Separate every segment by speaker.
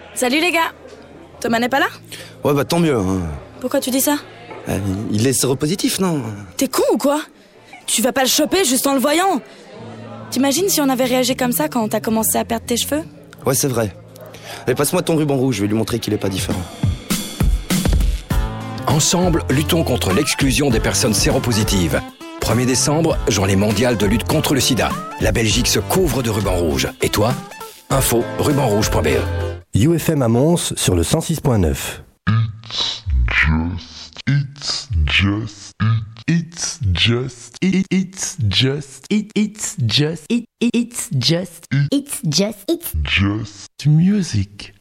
Speaker 1: Salut les gars. Thomas n'est pas là ?
Speaker 2: Ouais bah tant mieux. Hein.
Speaker 1: Pourquoi tu dis ça ?
Speaker 2: Il est séropositif, non ?
Speaker 1: T'es con ou quoi ? Tu vas pas le choper juste en le voyant ? T'imagines si on avait réagi comme ça quand t'as commencé à perdre tes cheveux ?
Speaker 2: Ouais, c'est vrai. Allez, passe-moi ton ruban rouge, je vais lui montrer qu'il est pas différent.
Speaker 3: Ensemble, luttons contre l'exclusion des personnes séropositives. 1er décembre, journée mondiale de lutte contre le sida. La Belgique se couvre de ruban rouge. Et toi ? Info rubanrouge.be.
Speaker 4: UFM à Mons sur le 106.9.
Speaker 5: It's music.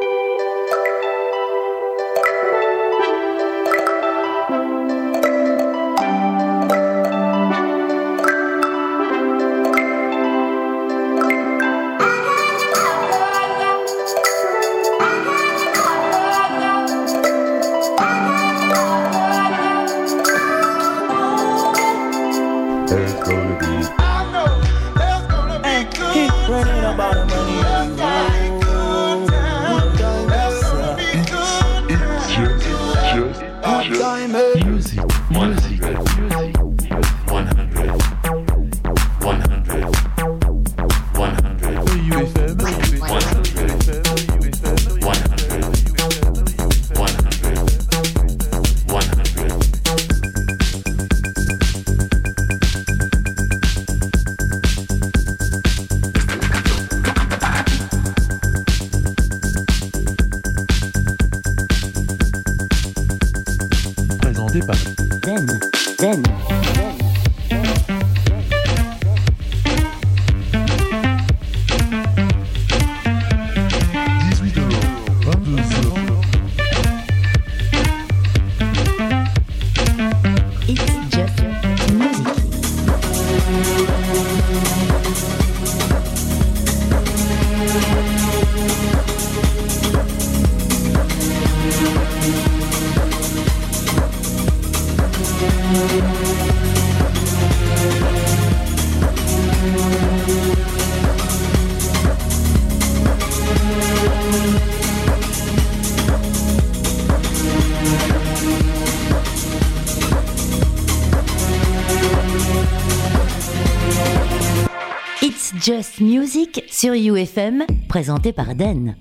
Speaker 6: Just Music sur UFM, présenté par Den.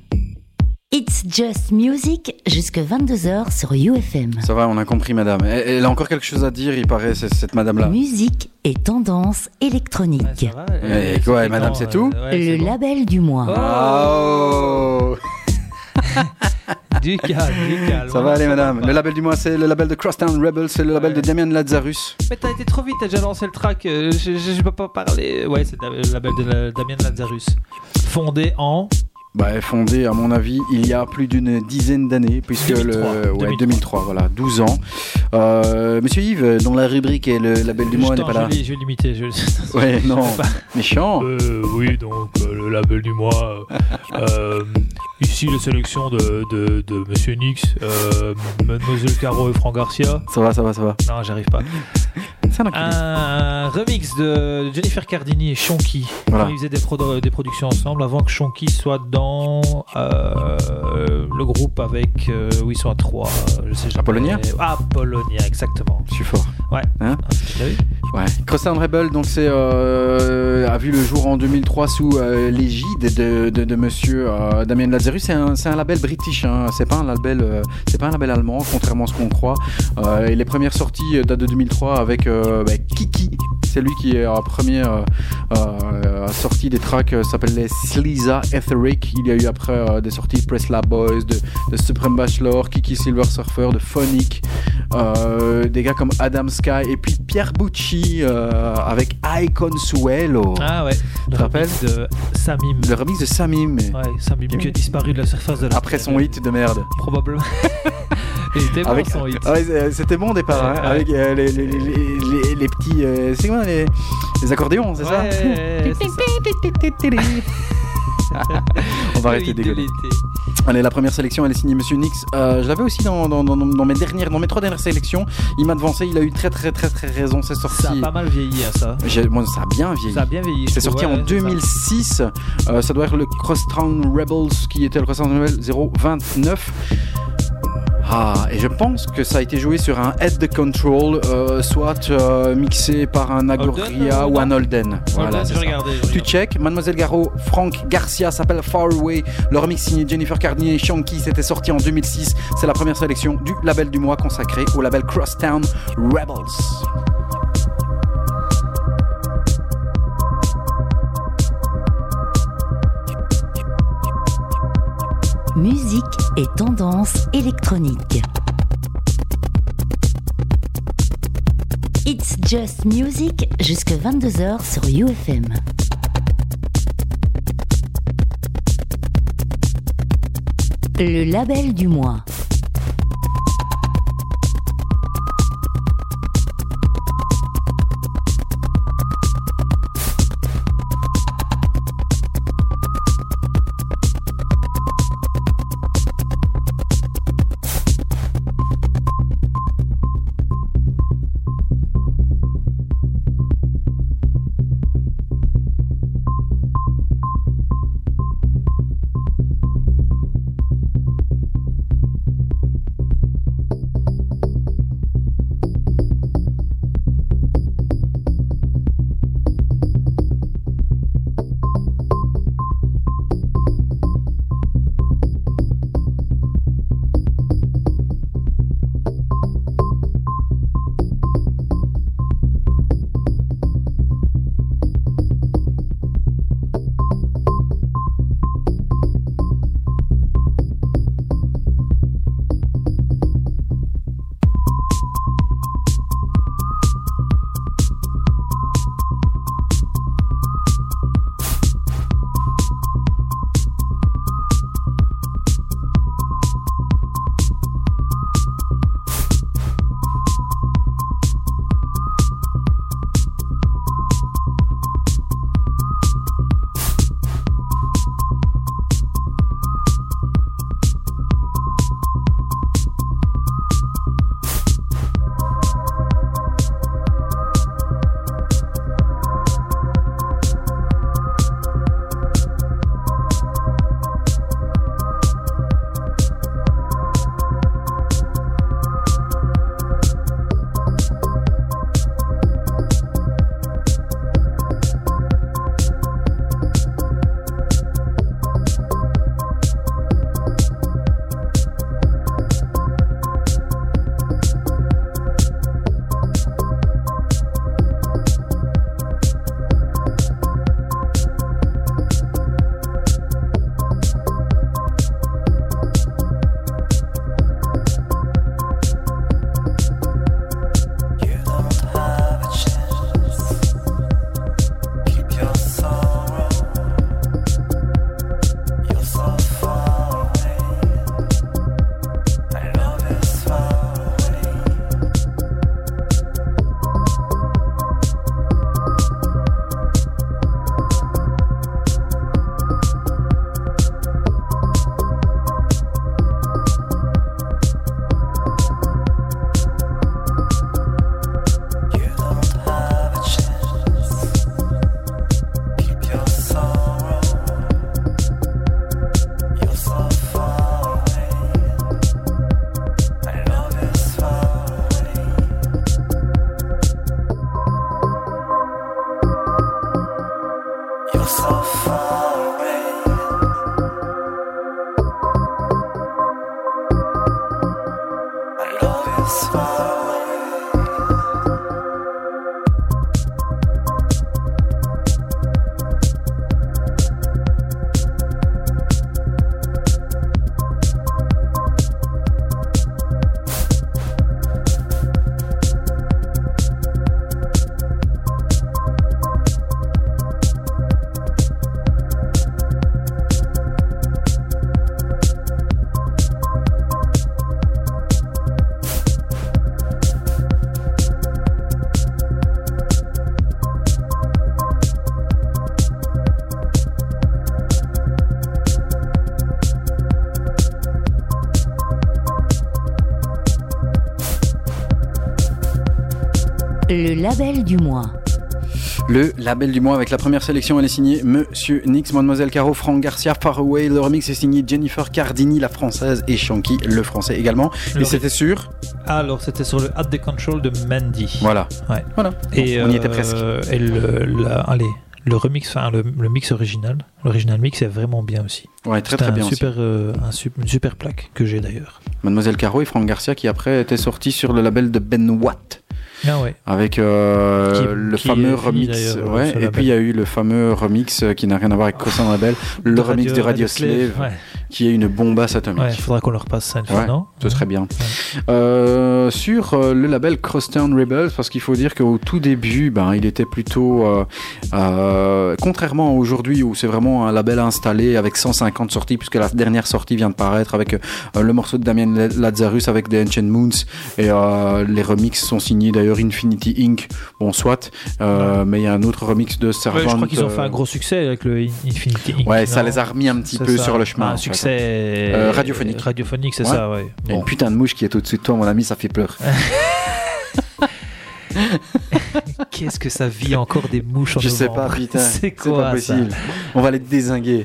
Speaker 6: It's Just Music, jusque 22h sur UFM.
Speaker 7: Ça va, on a compris, madame. Elle a encore quelque chose à dire, il paraît, cette madame-là.
Speaker 6: Musique et tendance électronique.
Speaker 7: Ouais, ça va, et quoi, madame, c'est tout
Speaker 6: le label du mois.
Speaker 7: Oh.
Speaker 8: Du calme.
Speaker 7: Ça va aller, madame. Le label du mois, c'est le label de Crosstown Rebel, c'est le label de Damien Lazarus.
Speaker 8: Mais t'as été trop vite, t'as déjà lancé le track. Je peux pas parler. Ouais, c'est le label de Damien Lazarus. Fondé en...
Speaker 7: fondé, à mon avis, il y a plus d'une dizaine d'années, puisque 2003, voilà, 12 ans. Monsieur Yves, dont la rubrique est le label du mois, n'est pas là.
Speaker 8: Je vais limiter.
Speaker 7: Ouais, non, méchant.
Speaker 8: Oui, donc le label du mois. Ici, la sélection de Monsieur Nix, Mademoiselle Caro et Franck Garcia.
Speaker 7: Ça va.
Speaker 8: Non, j'arrive pas. Un remix de Jennifer Cardini et Shonky. Voilà. Ils faisaient des productions ensemble avant que Shonky soit dans le groupe avec où ils sont à 3. Je sais jamais. Apollonia, exactement.
Speaker 7: Je suis fort.
Speaker 8: Ouais.
Speaker 7: Hein,
Speaker 8: tu l'as vu ?
Speaker 7: Ouais. Crosstown Rebel, donc c'est a vu le jour en 2003 sous l'égide de Monsieur Damien Lazarus. C'est un label british. Hein. C'est pas un label allemand, contrairement à ce qu'on croit. Et les premières sorties datent de 2003 avec Kiki. C'est lui qui est premier sorti des tracks s'appelle les Sleaza Etheric. Il y a eu après des sorties de Presla Boys, de Supreme Bachelor, Kiki Silver Surfer, de Phonic, des gars comme Adam Sky et puis Pierre Bucci avec I Consuelo.
Speaker 8: Ah ouais.
Speaker 7: Tu te rappelles
Speaker 8: de Samim.
Speaker 7: Le remix de Samim.
Speaker 8: Ouais, Samim qui a disparu de la surface de la
Speaker 7: après son hit de merde.
Speaker 8: Probablement. Il était bon son hit.
Speaker 7: Ouais, c'était bon au départ, hein, avec les petits. C'est quoi les accordéons, c'est ça? On va arrêter de dégueuler. Allez, la première sélection, elle est signée Monsieur Nix. Je l'avais aussi dans mes 3 dernières sélections. Il m'a devancé, il a eu très raison. C'est sorti.
Speaker 8: Ça a pas mal vieilli, hein, ça.
Speaker 7: Moi, ça a bien vieilli. C'est sorti en 2006. Ça doit être le Crosstown Rebels qui était le Crosstown Rebels 029. Et je pense que ça a été joué sur un Head the Control, soit mixé par un Agoria ou un Holden.
Speaker 8: Voilà, c'est ça.
Speaker 7: Tu check. Mademoiselle Garraud, Frank Garcia s'appelle Far Away. Le remix signé Jennifer Cardini et Shanky, c'était sorti en 2006. C'est la première sélection du label du mois consacré au label Crosstown Rebels.
Speaker 6: Musique et tendance électronique. It's Just Music jusque 22h sur UFM. Le label du mois. Le label du mois.
Speaker 7: Le label du mois avec la première sélection, elle est signée Monsieur Nix, Mademoiselle Caro, Franck Garcia, Far Away. Le remix est signé Jennifer Cardini, la française, et Shanky, le français également. Et c'était sur
Speaker 8: Alors c'était sur le At the Control de Mandy.
Speaker 7: Voilà.
Speaker 8: Ouais.
Speaker 7: Voilà.
Speaker 8: Et
Speaker 7: on y était presque.
Speaker 8: Et le remix, enfin le mix original, l'original mix est vraiment bien aussi.
Speaker 7: Ouais, très bien
Speaker 8: aussi. Une super plaque que j'ai d'ailleurs.
Speaker 7: Mademoiselle Caro et Franck Garcia qui après étaient sortis sur le label de Ben Watt.
Speaker 8: Ah ouais.
Speaker 7: Avec le fameux remix. Ouais, et puis il y a eu le fameux remix qui n'a rien à voir avec Croissant Rebelle, le remix de Radio Slave, qui est une bombasse atomique.
Speaker 8: Ouais, il faudra qu'on le repasse ça une fois, non ?
Speaker 7: Ce serait bien. Ouais. Sur le label Crosstown Rebels, parce qu'il faut dire qu'au tout début, il était plutôt contrairement à aujourd'hui où c'est vraiment un label installé avec 150 sorties, puisque la dernière sortie vient de paraître avec le morceau de Damien Lazarus avec The Ancient Moons, et les remixes sont signés d'ailleurs Infinity Inc. Bon, soit, mais il y a un autre remix de Servant.
Speaker 8: Ouais, je crois qu'ils ont fait un gros succès avec le Infinity Inc.
Speaker 7: Ouais, ça les a remis un petit peu sur le chemin.
Speaker 8: Un succès
Speaker 7: radiophonique.
Speaker 8: Radiophonique, c'est ça, ouais.
Speaker 7: Il y a une putain de mouche qui est au-dessus de toi, mon ami, ça fait peur.
Speaker 8: Qu'est-ce que ça vit encore des mouches en
Speaker 7: Je
Speaker 8: novembre.
Speaker 7: sais pas, putain.
Speaker 8: C'est quoi,
Speaker 7: pas possible. Ça On va les dézinguer.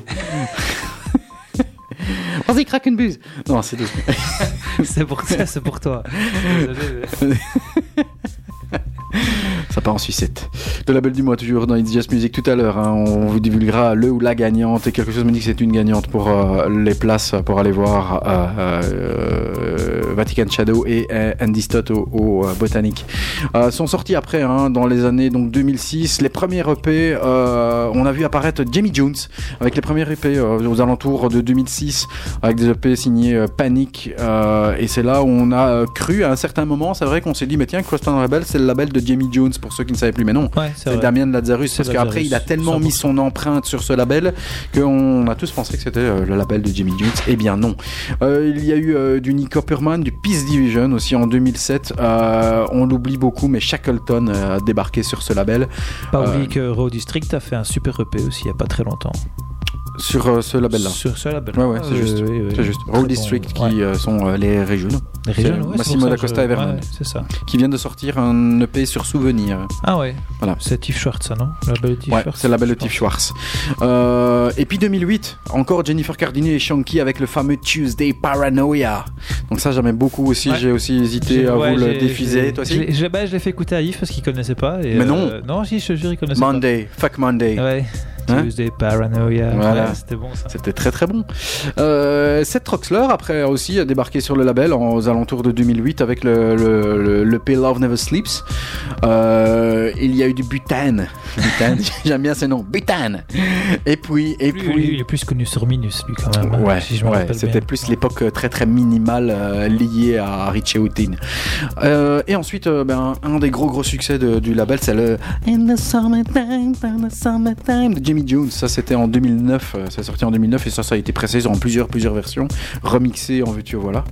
Speaker 7: Vas-y, craque une buse. Non, c'est douce.
Speaker 8: C'est pour toi. Désolé.
Speaker 7: Ça part en sucette. Le label du mois, toujours dans It's Just Music tout à l'heure. On vous divulguera le ou la gagnante. Et quelque chose me dit que c'est une gagnante pour les places pour aller voir Vatican Shadow et Andy Stott au Botanique. Sont sortis après, dans les années donc 2006. Les premiers EP, on a vu apparaître Jamie Jones avec les premiers EP aux alentours de 2006 avec des EP signés Panic. Et c'est là où on a cru à un certain moment, c'est vrai qu'on s'est dit, mais tiens, Crosstown Rebel, c'est le label de Jamie Jones pour ceux qui ne savaient plus, mais non, c'est Damien Lazarus, parce qu'après il a tellement 100%. Mis son empreinte sur ce label qu'on a tous pensé que c'était le label de Jamie Jones. Eh bien non. Il y a eu du Nick Copperman, du Peace Division aussi en 2007. On l'oublie beaucoup, mais Shackleton a débarqué sur ce label.
Speaker 8: Pas oublier que Raw District a fait un super EP aussi il n'y a pas très longtemps.
Speaker 7: Sur ce label-là.
Speaker 8: Sur ce label.
Speaker 7: Ouais, c'est juste. Oui. C'est juste. Road District qui sont les régionaux.
Speaker 8: Les régionaux, ouais.
Speaker 7: Massimo d'Acosta et Vernon.
Speaker 8: Ouais, c'est ça.
Speaker 7: Qui viennent de sortir un EP sur Souvenir.
Speaker 8: Ah ouais.
Speaker 7: Voilà.
Speaker 8: C'est Tiff Schwartz, ça, non? Le label de Tiff Schwartz.
Speaker 7: C'est le label de Tiff Schwartz. Et puis 2008, encore Jennifer Cardini et Shanky avec le fameux Tuesday Paranoia. Donc ça, j'aimais beaucoup aussi. Ouais. J'ai aussi hésité à vous le diffuser. Toi aussi?
Speaker 8: Je l'ai fait écouter à Yves parce qu'il connaissait pas. Et
Speaker 7: mais non.
Speaker 8: Non, si, je te jure, il connaissait
Speaker 7: Monday.
Speaker 8: pas.
Speaker 7: Fuck Monday.
Speaker 8: Ouais. Tuesday Paranoia.
Speaker 7: Voilà.
Speaker 8: Ouais, c'était bon ça.
Speaker 7: C'était très très bon. Seth Troxler après aussi a débarqué sur le label aux alentours de 2008 avec le P Love Never Sleeps. Il y a eu du Butane. J'aime bien ce nom. Butane. Et puis
Speaker 8: il est plus connu sur Minus lui quand même.
Speaker 7: Ouais,
Speaker 8: si je me rappelle
Speaker 7: c'était
Speaker 8: bien.
Speaker 7: Plus l'époque très très minimale liée à Richie Houghton. Et ensuite un des gros succès du label, c'est le In the Summertime de Jamie Jones. Ça c'était en 2009, ça est sorti en 2009 et ça a été pressé en plusieurs versions, remixé en veux-tu voilà.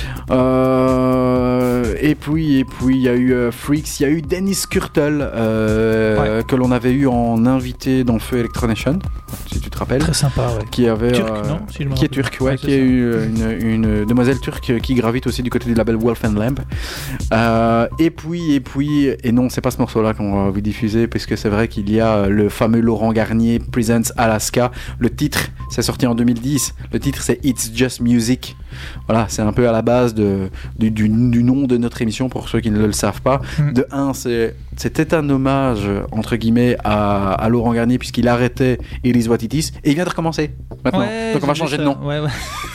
Speaker 7: Et puis il y a eu Freaks, il y a eu Dennis Kurtel que l'on avait eu en invité dans Feu Electronation, si tu te rappelles.
Speaker 8: Très sympa, ouais.
Speaker 7: Qui avait
Speaker 8: turc, non, si
Speaker 7: qui est turc, ouais, qui a eu une demoiselle turque qui gravite aussi du côté du label Wolf and Lamb. Et non, c'est pas ce morceau-là qu'on va vous diffuser, puisque c'est vrai qu'il y a le fameux Laurent Garnier Presents Alaska. Le titre, c'est sorti en 2010. Le titre, c'est It's Just Music. Voilà, c'est un peu à la base du nom de notre émission pour ceux qui ne le savent pas. De un, c'était un hommage entre guillemets à Laurent Garnier puisqu'il arrêtait It Is What It Is et il vient de recommencer maintenant.
Speaker 8: Ouais,
Speaker 7: donc on va changer de nom.
Speaker 8: Ouais.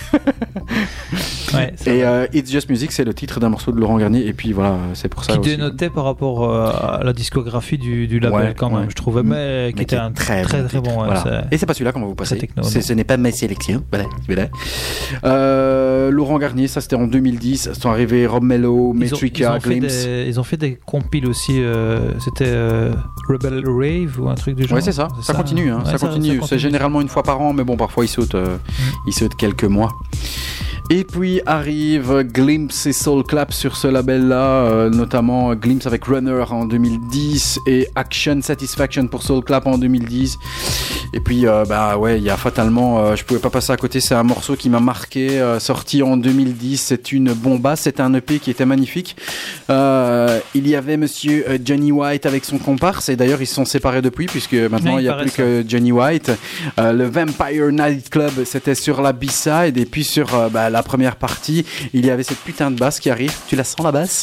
Speaker 7: Et It's Just Music, c'est le titre d'un morceau de Laurent Garnier et puis voilà, c'est pour ça
Speaker 8: qui
Speaker 7: aussi.
Speaker 8: dénotait par rapport à la discographie du label quand même, je trouvais, mais qui était un très bon.
Speaker 7: Voilà. Et c'est pas celui-là qu'on va vous passer.
Speaker 8: Techno,
Speaker 7: ce n'est pas ma sélection. Voilà. Laurent Garnier, ça c'était en 2010. Sont arrivés Rob Mello, Metrica, Glimpse.
Speaker 8: Ils ont fait des compiles aussi. C'était Rebel Rave ou un truc du genre.
Speaker 7: Ouais, c'est ça. Ça continue. Ça continue. C'est généralement une fois par an, mais bon, parfois ils sautent quelques mois. Et puis arrive Glimpse et Soul Clap sur ce label-là, notamment Glimpse avec Runner en 2010 et Action Satisfaction pour Soul Clap en 2010. Et puis, il y a fatalement, je pouvais pas passer à côté, c'est un morceau qui m'a marqué, sorti en 2010, c'est une bombasse, c'est un EP qui était magnifique. Il y avait monsieur Johnny White avec son comparse, et d'ailleurs ils se sont séparés depuis, puisque maintenant il n'y a plus que Johnny White. Le Vampire Night Club, c'était sur la B-side, et puis sur la première partie, il y avait cette putain de basse qui arrive. Tu la sens, la basse?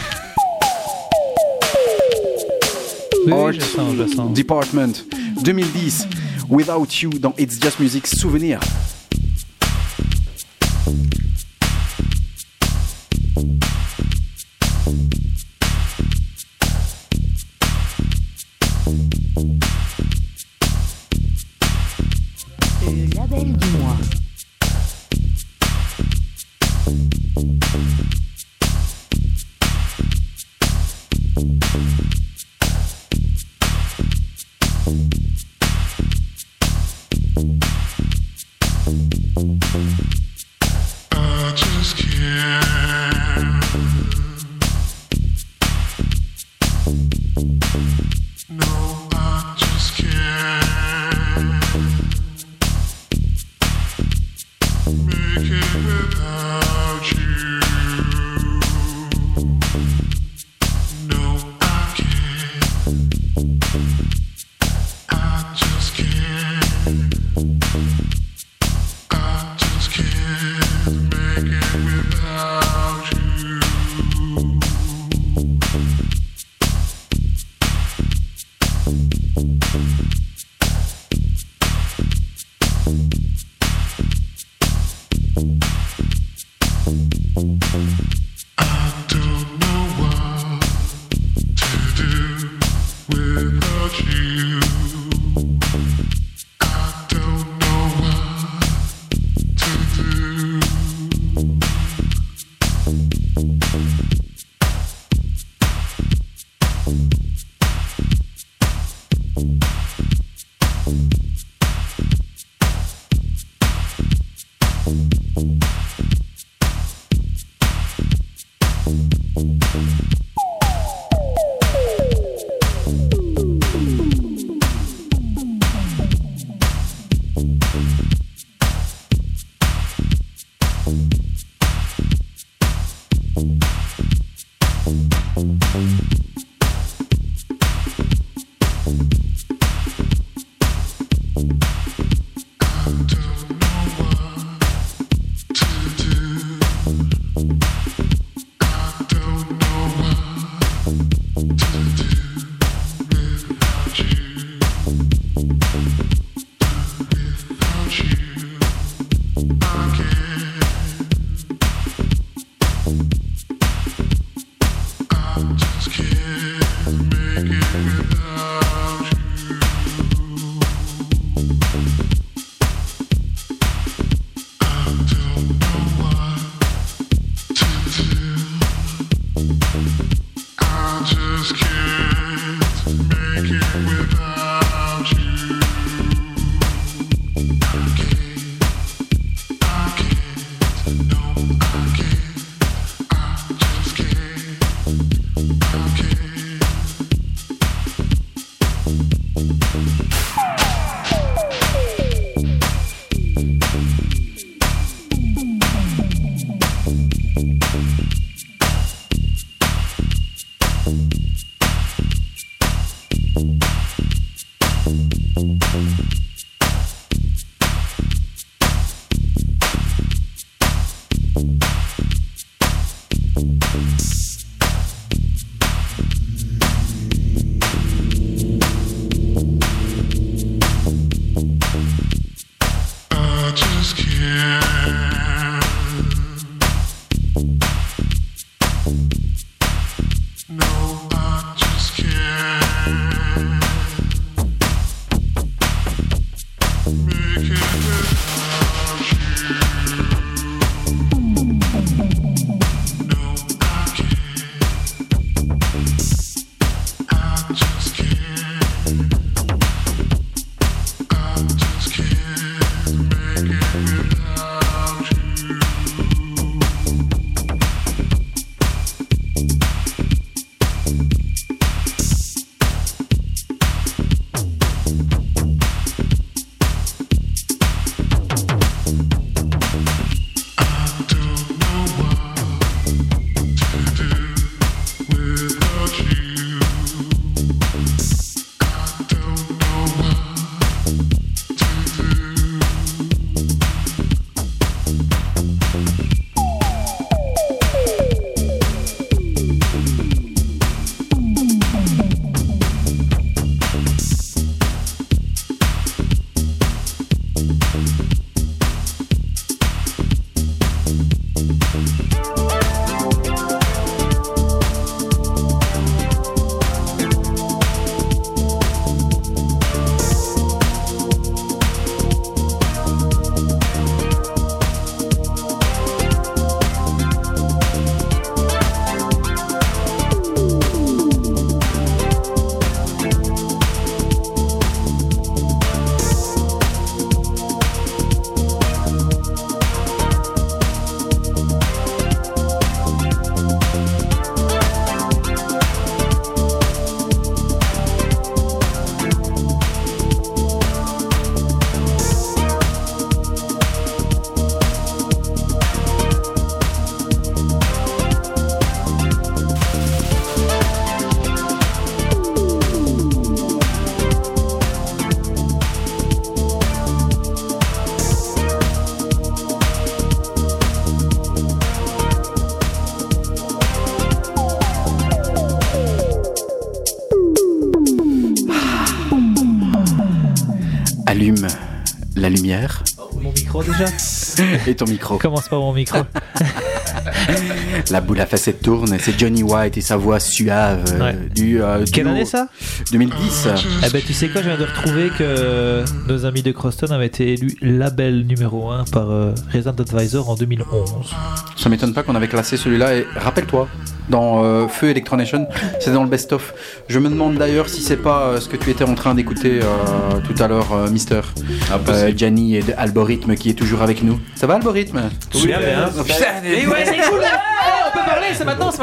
Speaker 8: Oui, je sens.
Speaker 7: Department 2010, Without You dans It's Just Music Souvenir.
Speaker 6: Le label du mois.
Speaker 7: Allume la lumière.
Speaker 8: Mon micro déjà.
Speaker 7: Et ton micro.
Speaker 8: Commence par mon micro.
Speaker 7: La boule à facettes tourne, c'est Johnny White et sa voix suave du
Speaker 8: Quelle année ça?
Speaker 7: 2010.
Speaker 8: Eh ben tu sais quoi, je viens de retrouver que nos amis de Croston avaient été élus label numéro 1 par Resident Advisor en 2011.
Speaker 7: Ça m'étonne pas qu'on avait classé celui-là, et rappelle-toi, dans Feu Electronation, c'est dans le best-of. Je me demande d'ailleurs si c'est pas ce que tu étais en train d'écouter tout à l'heure, Mister. Gianni et de Algorithme qui est toujours avec nous. Ça va, Algorithme?
Speaker 5: Oui, bien.
Speaker 8: Et ouais, c'est cool. On peut parler, c'est maintenant.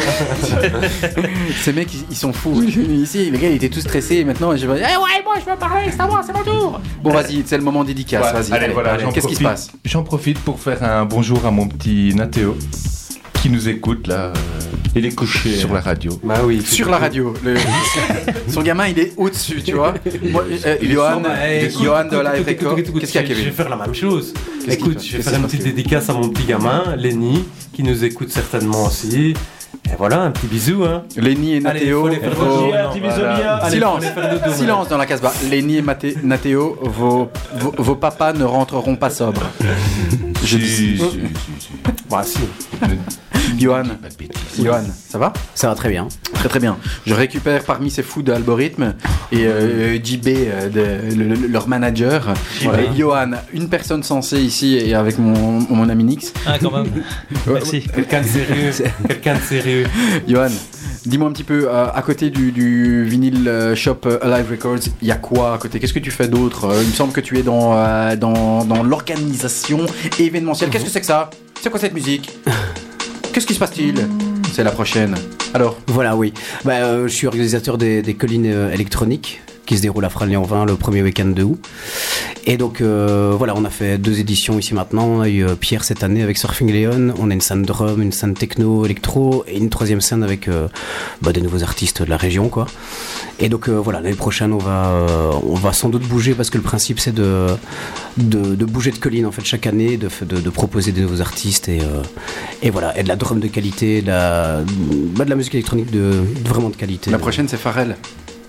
Speaker 7: Ces mecs, ils sont fous. Ici, les gars, ils étaient tous stressés et maintenant, je vais ouais, moi je veux parler, c'est à moi, c'est mon tour. Bon, vas-y, c'est le moment dédicace.
Speaker 5: Ouais,
Speaker 7: vas-y,
Speaker 5: allez, voilà,
Speaker 7: qu'est-ce qui se passe?
Speaker 5: J'en profite pour faire un bonjour à mon petit Nathéo qui nous écoute là. Il est couché sur la radio.
Speaker 7: Bah oui, sur la radio. Son gamin, il est au-dessus, tu vois. Moi, Johan de Live Record. Qu'est-ce qu'il y a, Kevin?
Speaker 9: Je vais faire la même chose. Écoute, je vais faire une petite dédicace à mon petit gamin, Lenny, qui nous écoute certainement aussi. Et voilà, un petit bisou. Hein.
Speaker 7: Lenny et Nathéo.
Speaker 8: Un petit bisou bien.
Speaker 7: Silence dans la Casbah. Lenny et Nathéo, vos papas ne rentreront pas sobres. Je dis.
Speaker 9: Bah si.
Speaker 7: Johan, ça va?
Speaker 2: Ça va très bien.
Speaker 7: Très très bien. Je récupère parmi ces fous d'Algorithme et JB, leur manager. Voilà. Johan, une personne sensée ici et avec mon ami Nix.
Speaker 8: Ah quand même. Merci.
Speaker 9: Quelqu'un de sérieux.
Speaker 7: Johan, dis-moi un petit peu, à côté du vinyle shop Alive Records, il y a quoi à côté? Qu'est-ce que tu fais d'autre? Il me semble que tu es dans l'organisation événementielle. Qu'est-ce que c'est que ça? C'est quoi cette musique? Qu'est-ce qui se passe-t-il? C'est la prochaine. Alors?
Speaker 2: Voilà, oui. Je suis organisateur des collines électroniques qui se déroulent à Fraley-en-Vin le premier week-end de août. Et donc, voilà, on a fait 2 éditions ici maintenant. On a eu Pierre cette année avec Surfing Leon. On a une scène drum, une scène techno, électro et une 3e scène avec des nouveaux artistes de la région, quoi. Et donc, voilà, l'année prochaine, on va sans doute bouger parce que le principe, c'est de bouger de colline, en fait, chaque année, de proposer des nouveaux artistes et voilà, et de la drum de qualité, de la musique électronique vraiment de qualité.
Speaker 7: La prochaine, c'est Pharrell.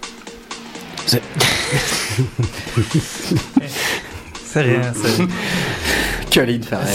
Speaker 8: C'est rien, c'est...
Speaker 7: Colin Farrell.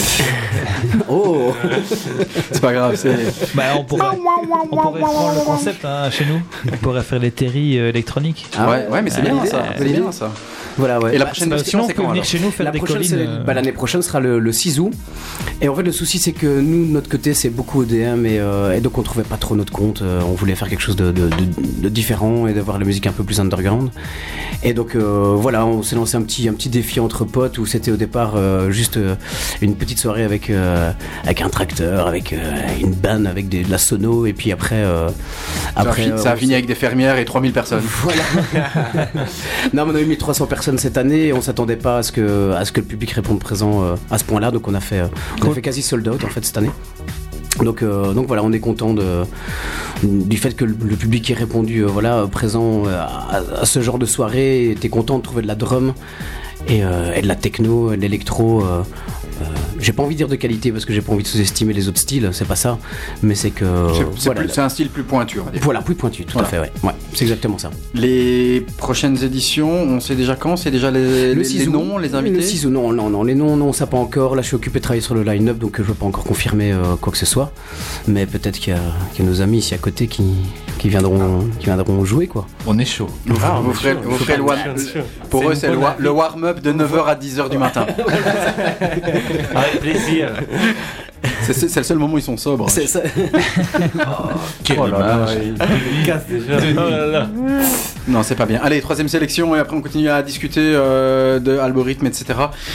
Speaker 7: Oh. C'est pas grave, c'est...
Speaker 8: on pourrait prendre le concept chez nous. On pourrait faire les terries électroniques.
Speaker 7: Ouais, mais c'est bien ça. C'est bien ça.
Speaker 2: Voilà, ouais.
Speaker 7: Et la prochaine
Speaker 8: sinon, on peut venir chez nous faire des collines.
Speaker 2: L'année prochaine sera le 6 août. Et en fait, le souci, c'est que nous, de notre côté, c'est beaucoup EDM et donc on trouvait pas trop notre compte. On voulait faire quelque chose de différent et d'avoir la musique un peu plus underground. Et donc, voilà, on s'est lancé un petit défi entre potes où c'était au départ juste une petite soirée avec un tracteur, avec une band, avec de la sono. Et puis après
Speaker 7: ça a fini avec des fermières et 3000 personnes.
Speaker 2: Voilà. Non, mais on a eu 1300 personnes cette année et on s'attendait pas à ce que le public réponde présent à ce point-là, donc on a fait quasi sold out en fait cette année. Donc voilà, on est content du fait que le public ait répondu présent à ce genre de soirée, était content de trouver de la drum et de la techno, de l'électro. J'ai pas envie de dire de qualité parce que j'ai pas envie de sous-estimer les autres styles, c'est pas ça, mais c'est que
Speaker 7: c'est un style plus pointu, on va dire.
Speaker 2: Voilà, plus pointu, tout à fait, ouais, c'est exactement ça.
Speaker 7: Les prochaines éditions, on sait déjà quand? C'est déjà les noms, les invités?
Speaker 2: Le 6 août, non, les noms, non, on sait pas encore. Là, je suis occupé de travailler sur le line-up, donc je veux pas encore confirmer quoi que ce soit, mais peut-être qu'il y a nos amis ici à côté qui viendront jouer, quoi.
Speaker 5: On est chaud.
Speaker 7: Vous ferez pour eux, c'est le warm-up de 9h à 10h du matin.
Speaker 9: Avec plaisir.
Speaker 7: C'est le seul moment où ils sont sobres.
Speaker 2: C'est ça.
Speaker 5: Quelle image.
Speaker 9: Il casse déjà.
Speaker 7: Non, c'est pas bien. Allez, 3e sélection et après on continue à discuter de Algorithme, etc.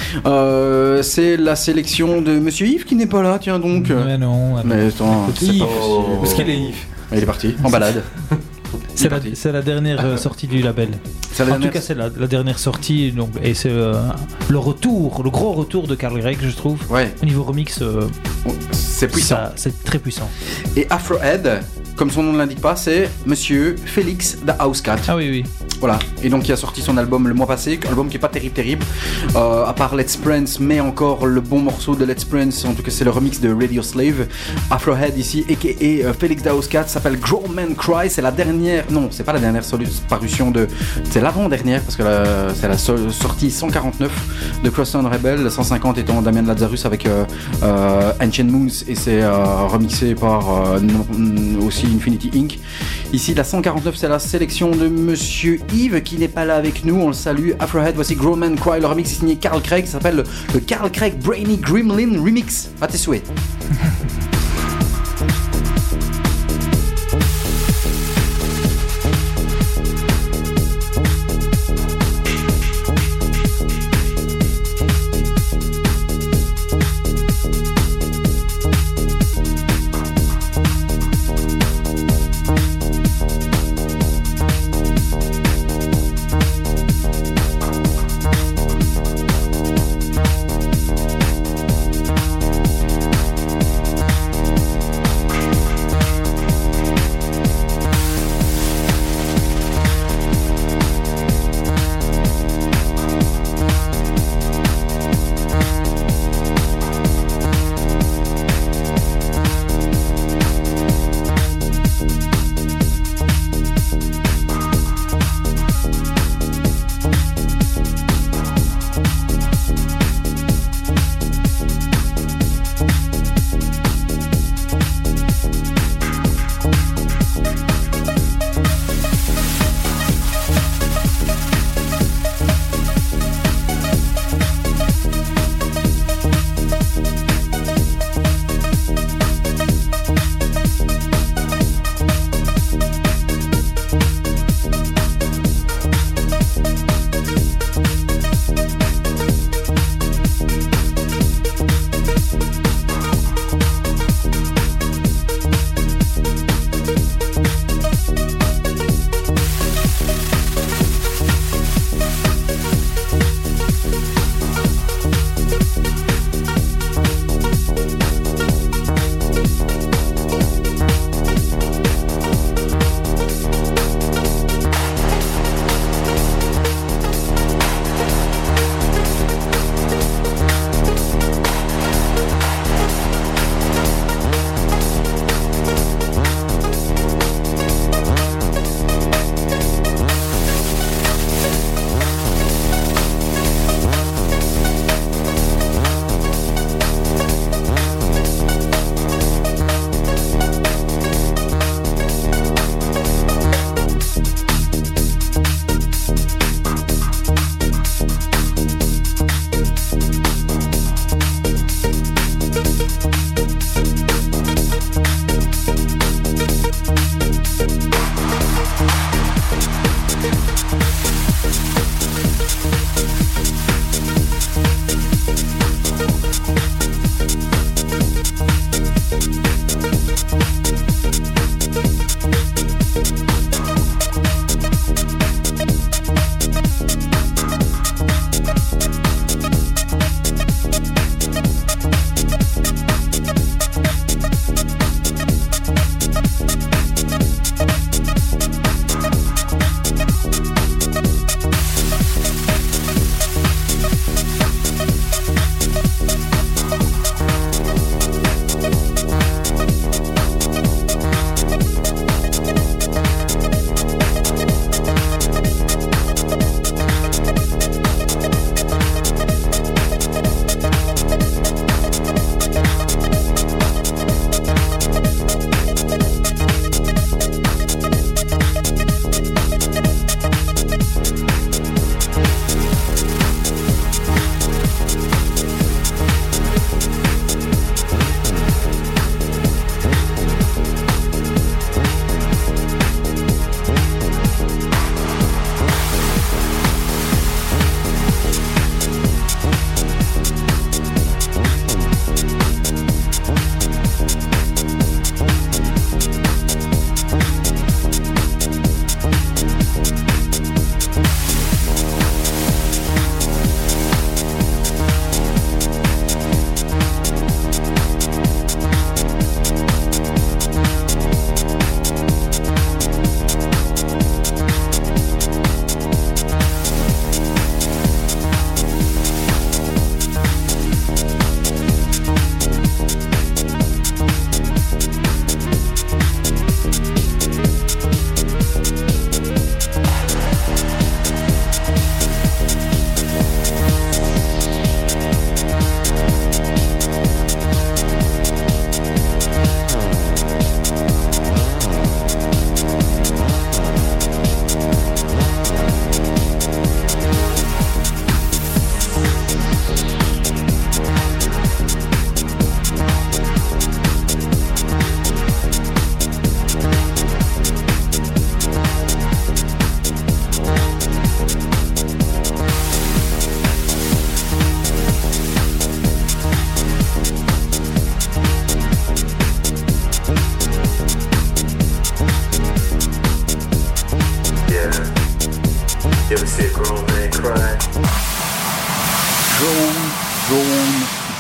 Speaker 7: C'est la sélection de Monsieur Yves qui n'est pas là, tiens donc.
Speaker 8: Mais non.
Speaker 7: Mais attends.
Speaker 9: Yves. Où est-ce qu'il est, Yves?
Speaker 7: Il est parti, en balade.
Speaker 8: C'est la dernière sortie du label. En tout cas, c'est la dernière sortie, donc, et c'est le gros retour de Carl Gregg, je trouve.
Speaker 7: Ouais.
Speaker 8: Au niveau remix,
Speaker 7: c'est puissant.
Speaker 8: C'est très puissant.
Speaker 7: Et Afrohead, comme son nom ne l'indique pas, c'est Monsieur Félix da Housecat.
Speaker 8: Ah oui.
Speaker 7: Voilà, et donc il a sorti son album le mois passé, album qui est pas terrible, à part Let's Prince, mais encore le bon morceau de Let's Prince, en tout cas c'est le remix de Radio Slave, Afrohead ici, aka Felix Dauskat, s'appelle Grown Man Cry, c'est la dernière, non c'est pas la dernière parution c'est l'avant-dernière, parce que c'est la sortie 149 de Crosstown Rebel, le 150 étant Damien Lazarus avec Ancient Moons, et c'est remixé par aussi Infinity Inc. Ici la 149 c'est la sélection de Monsieur Yves qui n'est pas là avec nous, on le salue. Afrohead, voici Grown Man Cry, le remix est signé Carl Craig, ça s'appelle le Carl Craig Brainy Gremlin Remix. À tes souhaits.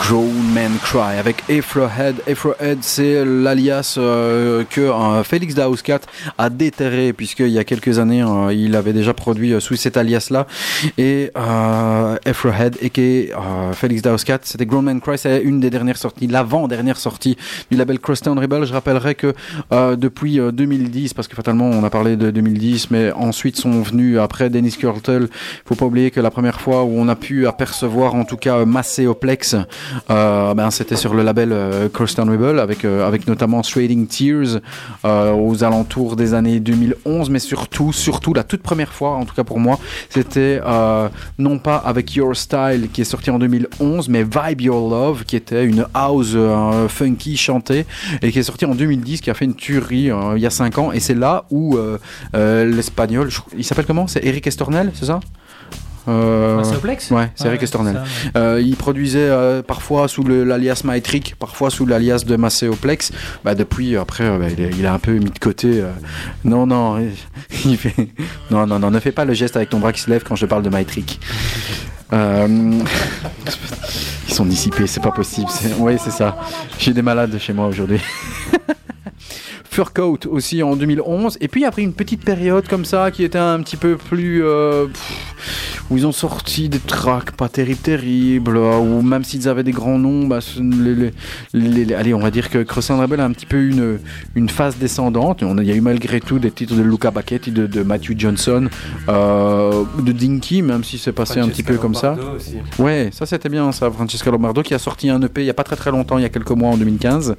Speaker 7: Grown Men Cry avec Afrohead. Afrohead, c'est l'alias que Félix da Houskat a déterré, puisqu'il y a quelques années, il avait déjà produit sous cet alias-là. Et Afrohead, a.k.a. Félix da Houskat, c'était Grown Men Cry, c'est une des dernières sorties, l'avant-dernière sortie du label Crosstown Rebel. Je rappellerai que depuis 2010, parce que fatalement on a parlé de 2010, mais ensuite sont venus après Dennis Kurtel. Faut pas oublier que la première fois où on a pu apercevoir en tout cas Macéoplex, c'était sur le label Crosstown Rebel avec notamment Trading Tears aux alentours des années 2011, mais surtout la toute première fois, en tout cas pour moi, c'était non pas avec Your Style qui est sorti en 2011, mais Vibe Your Love qui était une house funky chantée et qui est sorti en 2010, qui a fait une tuerie il y a 5 ans, et c'est là où l'espagnol, il s'appelle comment? C'est Eric Estornel, c'est ça?
Speaker 8: Macéoplex ?
Speaker 7: Ouais, c'est Eric Estornel. Il produisait parfois sous l'alias Mytric, parfois sous l'alias de Macéoplex. Depuis, après, il a un peu mis de côté. Non, il fait... non, ne fais pas le geste avec ton bras qui se lève quand je parle de Mytric. Ils sont dissipés, c'est pas possible. Oui, c'est ça. J'ai des malades chez moi aujourd'hui. Furcoat aussi en 2011, et puis après une petite période comme ça qui était un petit peu plus où ils ont sorti des tracks pas terribles, ou même s'ils avaient des grands noms, allez, on va dire que Crosstown Rebel a un petit peu une phase descendante. Il y a eu malgré tout des titres de Luca Bacchetti, de Matthew Johnson, de Dinky, même si c'est passé un petit peu comme ça. Aussi. Ouais, ça c'était bien ça, Francesca Lombardo qui a sorti un EP il y a pas très longtemps, il y a quelques mois, en 2015.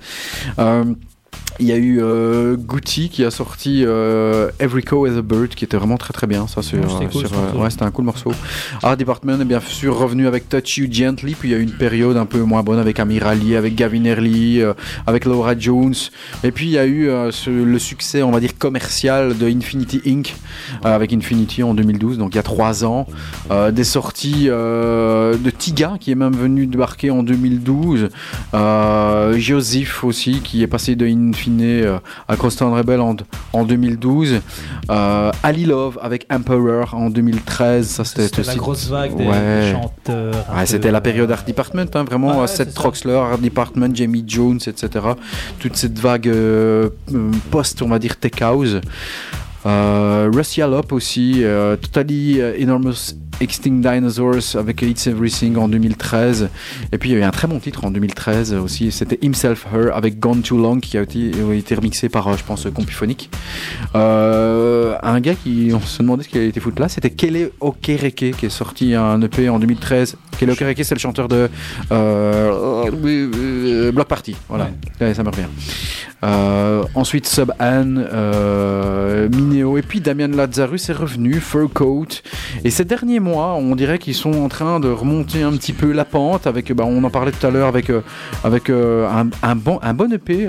Speaker 7: Il y a eu Gucci qui a sorti Every Cow is a Bird, qui était vraiment très bien. Ça, c'était un cool morceau. Art Department est bien sûr revenu avec Touch You Gently, puis il y a eu une période un peu moins bonne avec Amir Ali, avec Gavin Early, avec Laura Jones. Et puis il y a eu le succès, on va dire, commercial de Infinity Inc. Avec Infinity en 2012, donc il y a 3 ans. Des sorties de Tiga qui est même venu débarquer en 2012. Joseph aussi qui est passé de Infinity à Crosstown Rebel en 2012. Ali Love avec Emperor en 2013. Ça, c'était aussi
Speaker 8: la grosse vague des chanteurs.
Speaker 7: Ouais, c'était la période Art Department, hein, vraiment. Seth Troxler, Art Department, Jamie Jones, etc. Toute cette vague post, on va dire, tech house. Russia Lop aussi, Totally Enormous Extinct Dinosaurs avec It's Everything en 2013, et puis il y a eu un très bon titre en 2013 aussi, c'était Himself Her avec Gone Too Long qui a été remixé par je pense Compuphonic. Un gars qui, on se demandait ce qu'il a été foutu là, c'était Kele Okereke qui est sorti un EP en 2013. Kele Okereke, c'est le chanteur de Block Party, voilà. Ouais, ça me revient. Ensuite Sub Anne, Mineo, et puis Damien Lazarus est revenu, Furcoat, et ces derniers mois on dirait qu'ils sont en train de remonter un petit peu la pente avec, on en parlait tout à l'heure avec un bon EP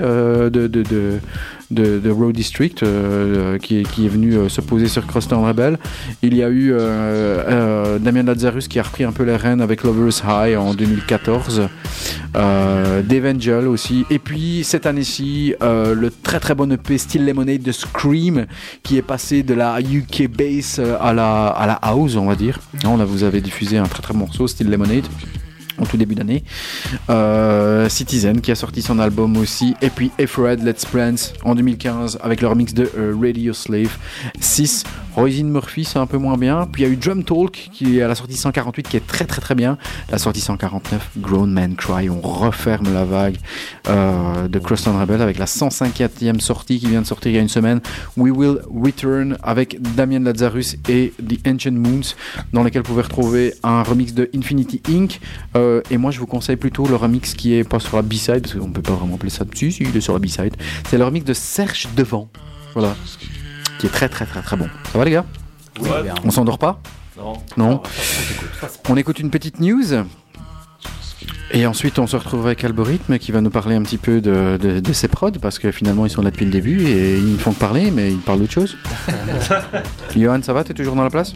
Speaker 7: de Road District qui est venu se poser sur Crosstown Rebel. Il y a eu Damien Lazarus qui a repris un peu les rênes avec Lover's High en 2014, Devangel aussi, et puis cette année-ci le très bon EP Still Lemonade de Scream qui est passé de la UK bass à la house, on va dire. Vous avez diffusé un très bon morceau, Still Lemonade, en tout début d'année. Citizen qui a sorti son album aussi, et puis Afraid Let's Prance en 2015 avec leur mix de Radio Slave 6. Roisin Murphy, c'est un peu moins bien. Puis il y a eu Drum Talk qui est à la sortie 148 qui est très bien. La sortie 149, Grown Men Cry. On referme la vague de Crosstown Rebel avec la 150e sortie qui vient de sortir il y a une semaine, We Will Return, avec Damien Lazarus et The Ancient Moons, dans lesquels vous pouvez retrouver un remix de Infinity Inc. Et moi je vous conseille plutôt le remix qui est pas sur la B-side, parce qu'on peut pas vraiment appeler ça dessus, il est sur la B-side. C'est le remix de Serge Devant, voilà, qui est très bon. Ça va les gars?
Speaker 9: Oui.
Speaker 7: On s'endort pas? Non. On écoute une petite news et ensuite on se retrouve avec Algorithme qui va nous parler un petit peu de ses prods, parce que finalement ils sont là depuis le début et ils ne font que parler, mais ils parlent d'autre chose. Johan, ça va? T'es toujours dans la place?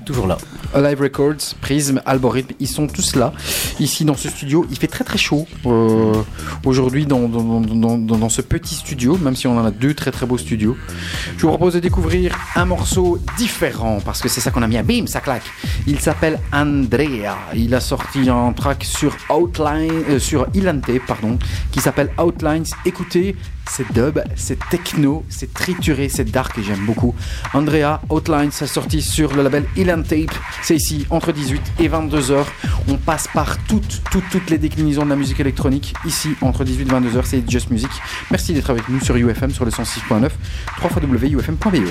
Speaker 2: toujours là.
Speaker 7: Alive Records, Prism, Algorithme, ils sont tous là. Ici dans ce studio, il fait très très chaud aujourd'hui dans ce petit studio, même si on en a 2 très très beaux studios. Je vous propose de découvrir un morceau différent parce que c'est ça qu'on a mis. Bim, ça claque. Il s'appelle Andrea. Il a sorti un track sur Ilante, qui s'appelle Outlines. Écoutez, c'est dub, c'est techno, c'est trituré, c'est dark et j'aime beaucoup. Andrea, Outlines, ça sorti sur le label Ilante. C'est ici entre 18 et 22h. On passe par toutes les déclinaisons de la musique électronique. Ici entre 18 et 22h, c'est Just Music. Merci d'être avec nous sur UFM sur le 106.9, www.ufm.be.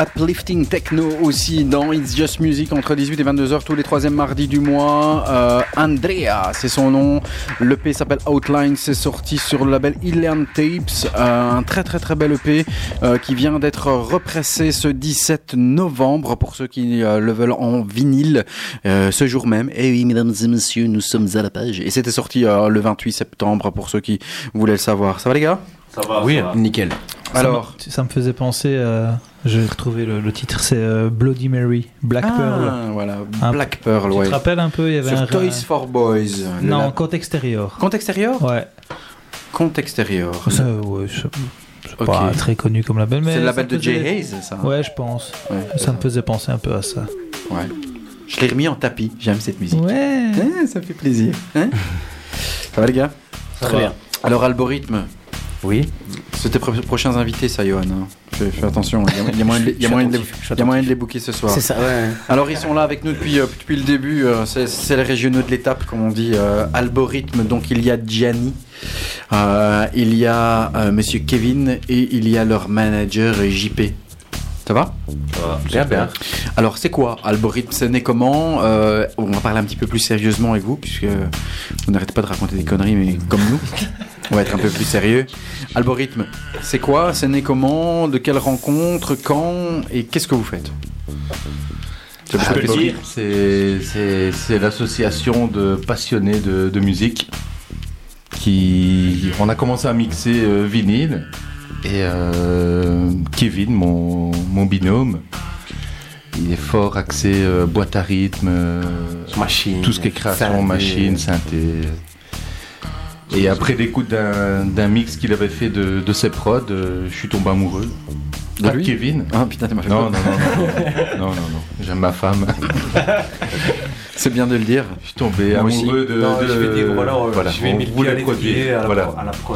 Speaker 7: uplifting techno aussi dans It's Just Music entre 18 et 22h tous les troisièmes mardis du mois. Andrea, c'est son nom. L'EP s'appelle Outline, c'est sorti sur le label Ilian Tapes. Un très très très bel EP qui vient d'être repressé ce 17 novembre pour ceux qui le veulent en vinyle ce jour même. Et oui, mesdames et messieurs, nous sommes à la page. Et c'était sorti le 28 septembre pour ceux qui voulaient le savoir. Ça va les gars ?
Speaker 9: Ça va.
Speaker 2: Oui,
Speaker 9: ça va.
Speaker 2: nickel.
Speaker 7: Alors,
Speaker 8: ça me faisait penser, j'ai retrouvé le titre, c'est Bloody Mary, Black Pearl.
Speaker 7: Voilà, Black Pearl, ouais.
Speaker 8: Tu te rappelles un peu, il y avait
Speaker 7: sur Toys for Boys.
Speaker 8: Non, Compte Extérieur.
Speaker 7: Compte Extérieur ?
Speaker 8: Ouais.
Speaker 7: Compte Extérieur.
Speaker 8: Ouais, c'est pas très connu comme label, mais
Speaker 7: c'est le label de Jay Hayes, ça.
Speaker 8: Ouais, je pense. Ouais, ça me faisait penser un peu à ça.
Speaker 7: Ouais. Je l'ai remis en tapis. J'aime cette musique.
Speaker 8: Ouais.
Speaker 7: Ça me fait plaisir. Hein, ça va les gars ?
Speaker 2: Très bien.
Speaker 7: Alors Algorithme.
Speaker 2: Oui.
Speaker 7: C'est tes prochains invités, ça, Johan. Hein. Fais attention. Il y a moyen de les booker ce soir.
Speaker 2: C'est ça. Ouais.
Speaker 7: Alors ils sont là avec nous depuis le début. C'est les régionaux de l'étape, comme on dit. Algorithme. Donc il y a Gianni. Il y a Monsieur Kevin et il y a leur manager JP. Ça va ?
Speaker 9: Bien.
Speaker 7: Alors c'est quoi Algorithme ? C'est né comment ? On va parler un petit peu plus sérieusement avec vous, puisque vous n'arrêtez pas de raconter des conneries, mais comme nous. On va être un peu plus sérieux. Algorithme, c'est quoi ? C'est né comment ? De quelle rencontre ? Quand ? Et qu'est-ce que vous faites ?
Speaker 5: Je peux le dire, c'est l'association de passionnés de musique on a commencé à mixer vinyle et Kevin, mon binôme, il est fort axé boîte à rythme,
Speaker 2: machine,
Speaker 5: tout ce qui est création, machine, synthé. Et après l'écoute d'un mix qu'il avait fait de ses prods, je suis tombé amoureux. De lui ? Kevin.
Speaker 7: Ah putain, t'as fait
Speaker 5: non. J'aime ma femme.
Speaker 7: C'est bien de le dire.
Speaker 5: Je suis tombé amoureux de.
Speaker 9: Non, je vais dire, voilà. Je vais mis le pied à l'étrier à la prod.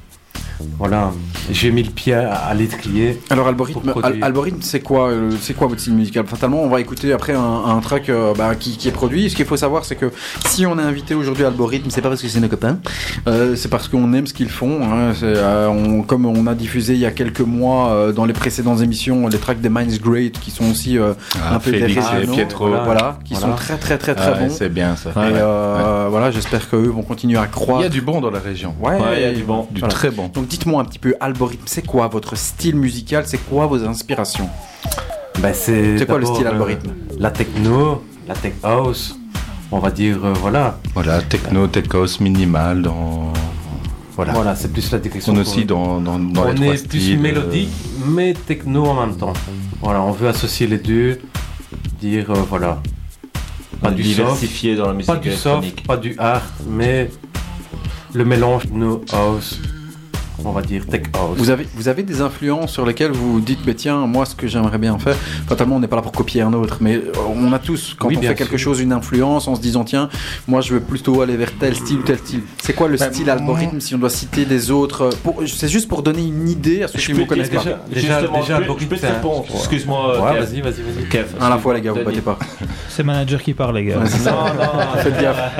Speaker 9: Voilà, j'ai mis le pied à l'étrier.
Speaker 7: Alors Algorithme, c'est quoi votre style musical ? Fatalement, on va écouter après un track qui est produit. Ce qu'il faut savoir, c'est que si on a invité aujourd'hui Algorithme, c'est pas parce que c'est nos copains, c'est parce qu'on aime ce qu'ils font. Hein. Comme on a diffusé il y a quelques mois dans les précédentes émissions les tracks des Minds Great, qui sont aussi un peu des régionaux, qui sont très très très très bons.
Speaker 5: C'est bien ça.
Speaker 7: Et voilà, j'espère qu'eux vont continuer à croître.
Speaker 5: Il y a du bon dans la région.
Speaker 7: Ouais,
Speaker 9: il y a du bon,
Speaker 7: très bon. Donc dites-moi un petit peu, Algorithme, c'est quoi votre style musical ? C'est quoi vos inspirations ?
Speaker 9: C'est
Speaker 7: quoi le style Algorithme ?
Speaker 9: La techno, la tech house, on va dire, voilà.
Speaker 5: Voilà, techno, tech house minimal,
Speaker 9: Voilà, c'est plus la direction.
Speaker 5: On est aussi dans les trois styles. On est plus
Speaker 9: mélodique, mais techno en même temps. Voilà, on veut associer les deux, dire, voilà.
Speaker 10: Pas du diversifié dans la musique électronique.
Speaker 9: Soft, pas du hard, mais le mélange no house. On va dire tech house.
Speaker 7: Vous avez des influences sur lesquelles vous dites tiens, moi ce que j'aimerais bien faire, fatalement on n'est pas là pour copier un autre, mais on a tous, quand on fait quelque chose, une influence en se disant tiens, moi je veux plutôt aller vers tel style ou tel style. C'est quoi le style Algorithme, si on doit citer des autres c'est juste pour donner une idée à ceux qui ne vous connaissent pas.
Speaker 10: Déjà je peux te répondre. Excuse-moi.
Speaker 9: Ouais, vas-y.
Speaker 10: Kev,
Speaker 7: à la fois les gars, vous battez pas.
Speaker 8: C'est manager qui parle les gars.
Speaker 10: Non,
Speaker 7: faites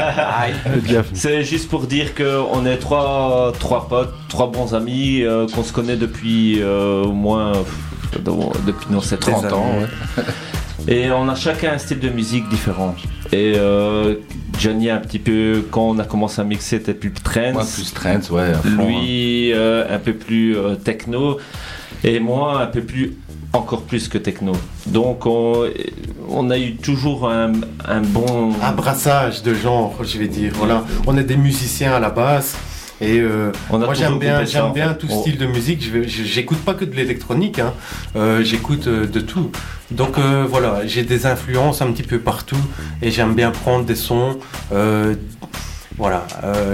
Speaker 7: gaffe.
Speaker 10: C'est juste pour dire qu'on est trois potes, trois bons amis qu'on se connaît depuis au moins depuis nos 7-30 ans. Et on a chacun un style de musique différent. Et Johnny un petit peu, quand on a commencé à mixer, était plus trance.
Speaker 5: Moi plus trance, ouais.
Speaker 10: Lui un peu plus techno. Et moi un peu plus, encore plus que techno. Donc on a eu toujours un bon...
Speaker 9: Un brassage de genre, je vais dire. Voilà. On est des musiciens à la base. Et moi j'aime bien tout style de musique. J'écoute pas que de l'électronique, hein. J'écoute de tout. Donc voilà, j'ai des influences un petit peu partout et j'aime bien prendre des sons. Voilà.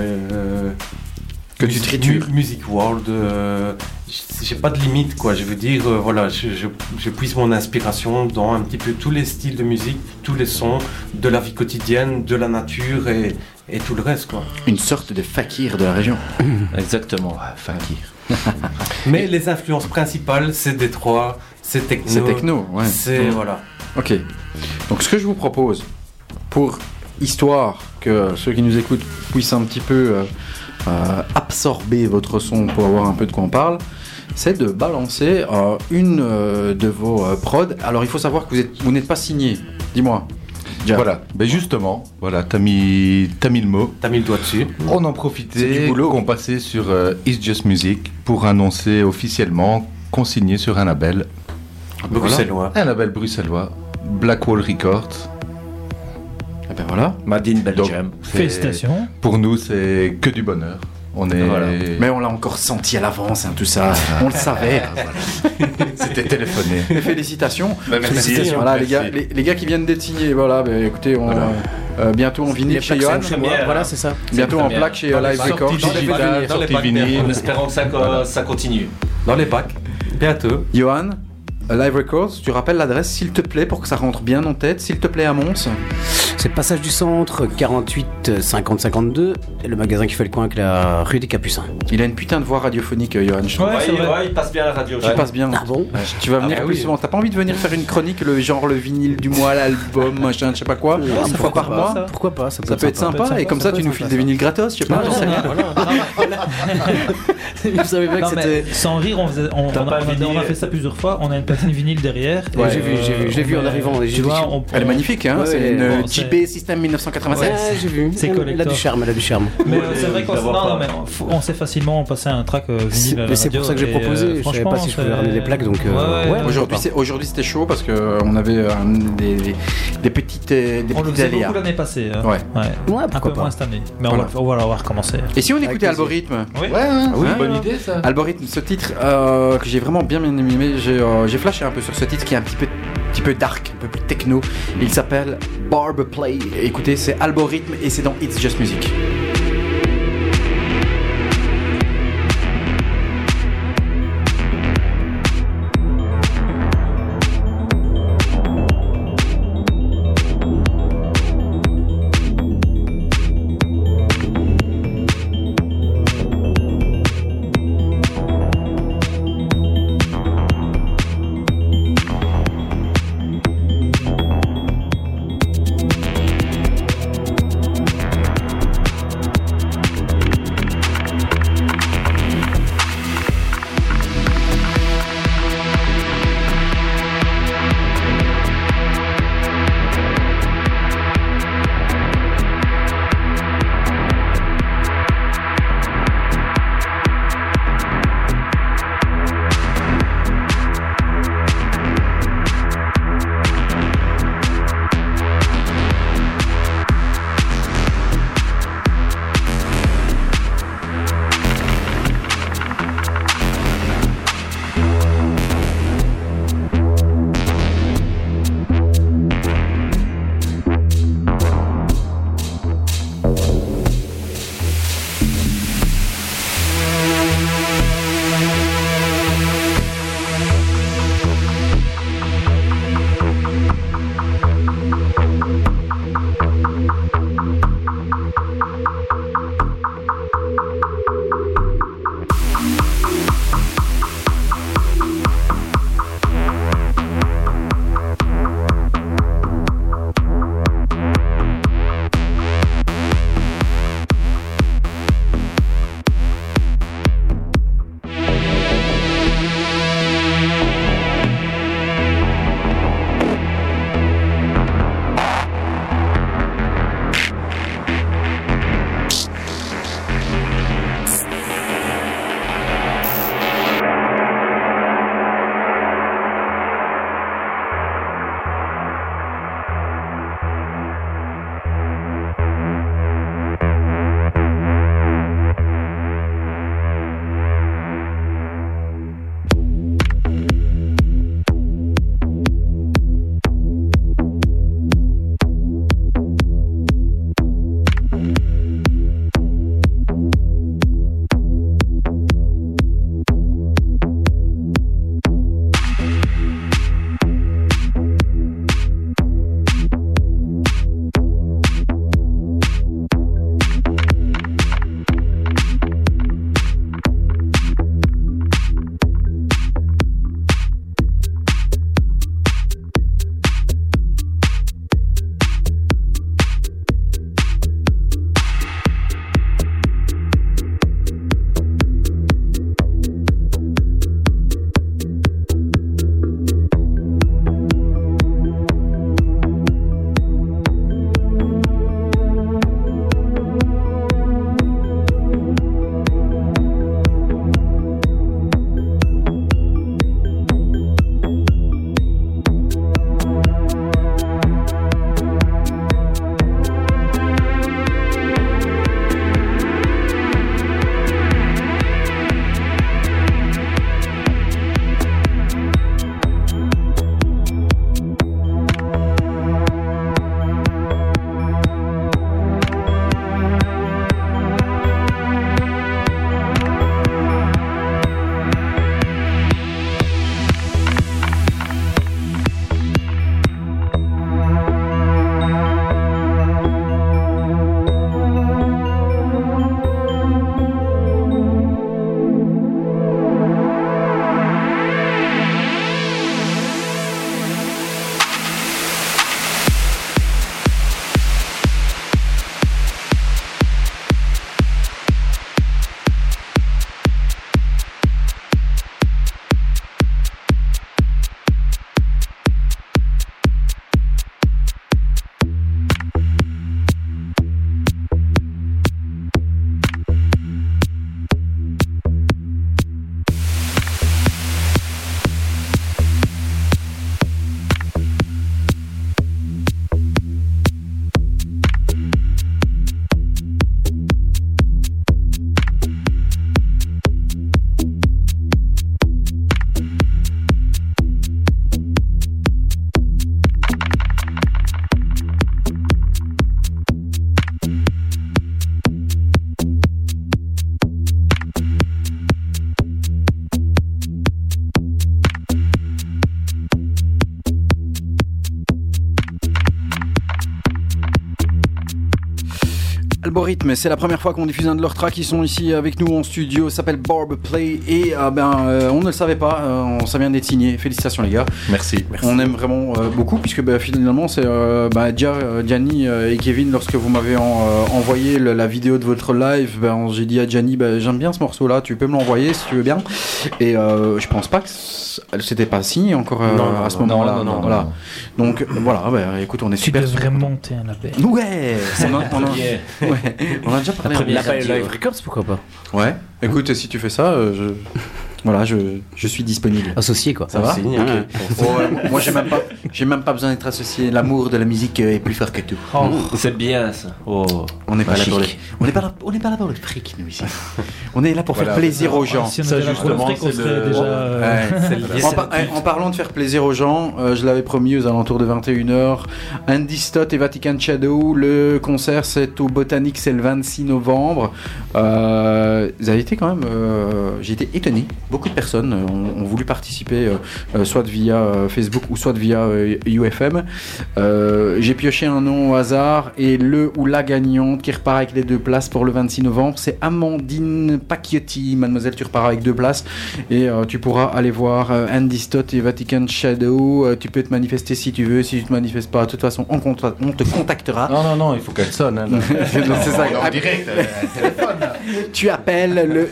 Speaker 7: Que tu tritures.
Speaker 9: Music World. J'ai pas de limite, quoi. Je veux dire, voilà, je puise mon inspiration dans un petit peu tous les styles de musique, tous les sons, de la vie quotidienne, de la nature et tout le reste, quoi.
Speaker 7: Une sorte de fakir de la région.
Speaker 10: Exactement.
Speaker 5: Ouais, fakir.
Speaker 9: Mais les influences principales, c'est Détroit, c'est techno.
Speaker 7: C'est techno, ouais.
Speaker 9: C'est, voilà.
Speaker 7: Ok. Donc ce que je vous propose, pour histoire que ceux qui nous écoutent puissent un petit peu absorber votre son pour avoir un peu de quoi on parle, c'est de balancer une de vos prods. Alors il faut savoir que vous n'êtes pas signé. Dis-moi.
Speaker 5: Jack. Voilà, ben justement, voilà, t'as mis le mot.
Speaker 9: T'as mis le doigt dessus.
Speaker 5: On en profitait qu'on passait sur It's Just Music pour annoncer officiellement qu'on signait sur un label
Speaker 9: bruxellois.
Speaker 5: Un label bruxellois, Blackwall Records.
Speaker 7: Et ben voilà.
Speaker 10: Made in Belgium.
Speaker 8: Félicitations.
Speaker 5: Pour nous, c'est que du bonheur. On est...
Speaker 7: Voilà. Mais on l'a encore senti à l'avance, tout ça. On le savait.
Speaker 5: C'était téléphoné.
Speaker 7: Félicitations.
Speaker 5: Félicitations.
Speaker 7: Voilà, les gars qui viennent d'être signés. Voilà, écoutez, bientôt en vinyle chez Johan.
Speaker 2: Voilà, c'est ça.
Speaker 7: Bientôt en plaque chez Live Records.
Speaker 10: Dans les packs, en espérant que ça continue.
Speaker 9: Dans les packs. Bientôt.
Speaker 7: Johan, Live Records, tu rappelles l'adresse s'il te plaît pour que ça rentre bien en tête, s'il te plaît à Mons.
Speaker 2: C'est Passage du Centre, 48 50 52, et le magasin qui fait le coin avec la rue des Capucins.
Speaker 7: Il a une putain de voix radiophonique, Johan.
Speaker 10: Il passe bien à la radio.
Speaker 7: Tu passes bien.
Speaker 2: Ah bon?
Speaker 7: Tu vas venir plus souvent. T'as pas envie de venir faire une chronique, le vinyle du mois, l'album, machin, je sais pas quoi, une fois par mois?
Speaker 2: Pourquoi pas?
Speaker 7: Ça peut être sympa, et comme ça tu nous files des vinyles gratos, je sais pas.
Speaker 2: Vous savez bien que c'était...
Speaker 8: Sans rire, on a fait ça plusieurs fois. On a une platine vinyle derrière.
Speaker 2: J'ai vu en arrivant.
Speaker 7: Elle est magnifique, hein. C'est une JB System 1996.
Speaker 2: Ouais, j'ai vu.
Speaker 8: C'est collector.
Speaker 2: Elle a du charme.
Speaker 8: Mais c'est vrai qu'on sait facilement passer un track vinyle.
Speaker 2: Mais c'est pour ça que j'ai proposé. Je savais pas si je pouvais ramener des plaques, donc.
Speaker 7: Aujourd'hui c'était chaud parce que on avait des petites
Speaker 8: on le faisait beaucoup l'année passée.
Speaker 7: Ouais.
Speaker 8: Un peu moins cette année. Mais on va recommencer.
Speaker 7: Et si on écoutait Algorithme?
Speaker 5: Oui, bonne idée ça.
Speaker 7: Algorithme, ce titre que j'ai vraiment bien aimé. J'ai flashé un peu sur ce titre qui est un petit peu dark, un peu plus techno. Il s'appelle Barber Play. Écoutez, c'est Algorithme et c'est dans It's Just Music. Algorithme, c'est la première fois qu'on diffuse un de leurs tracks. Ils sont ici avec nous en studio, ça s'appelle Barb Play et on ne le savait pas, ça vient d'être signé. Félicitations les gars.
Speaker 5: Merci.
Speaker 7: On aime vraiment beaucoup puisque finalement c'est Gianni et Kevin, lorsque vous m'avez envoyé la vidéo de votre live, j'ai dit à Gianni j'aime bien ce morceau là, tu peux me l'envoyer si tu veux bien. Et je pense pas que c'était pas signé encore à ce moment-là. Voilà. Donc voilà, écoute, on est super.
Speaker 8: Tu devrais monter un label.
Speaker 7: Ouais. On a déjà parlé.
Speaker 2: Label Live Records, pourquoi pas?
Speaker 7: Ouais. Écoute, si tu fais ça, je suis disponible.
Speaker 2: Associé quoi.
Speaker 7: Ça va? Moi j'ai même pas besoin d'être associé. L'amour de la musique est plus fort que tout.
Speaker 10: C'est bien ça.
Speaker 7: On n'est pas là pour on n'est pas là pour le fric nous ici. On est là pour faire plaisir aux gens.
Speaker 8: Si on avait justement,
Speaker 7: En parlant de faire plaisir aux gens, je l'avais promis aux alentours de 21h. Andy Stott et Vatican Shadow. Le concert c'est au Botanique, c'est le 26 novembre. Vous avez été quand même. J'ai été étonné. Beaucoup de personnes ont voulu participer, soit via Facebook ou soit via UFM. J'ai pioché un nom au hasard et le ou la gagnante qui repart avec les 2 places pour le 26 novembre, c'est Amandine Pacchiotti. Mademoiselle, tu repars avec 2 places et tu pourras aller voir Andy Stott et Vatican Shadow. Tu peux te manifester si tu veux. Si tu te manifestes pas, de toute façon, on te contactera.
Speaker 5: Non, il faut qu'elle sonne. Hein,
Speaker 7: c'est ça.
Speaker 5: En direct, téléphone.
Speaker 7: Tu appelles le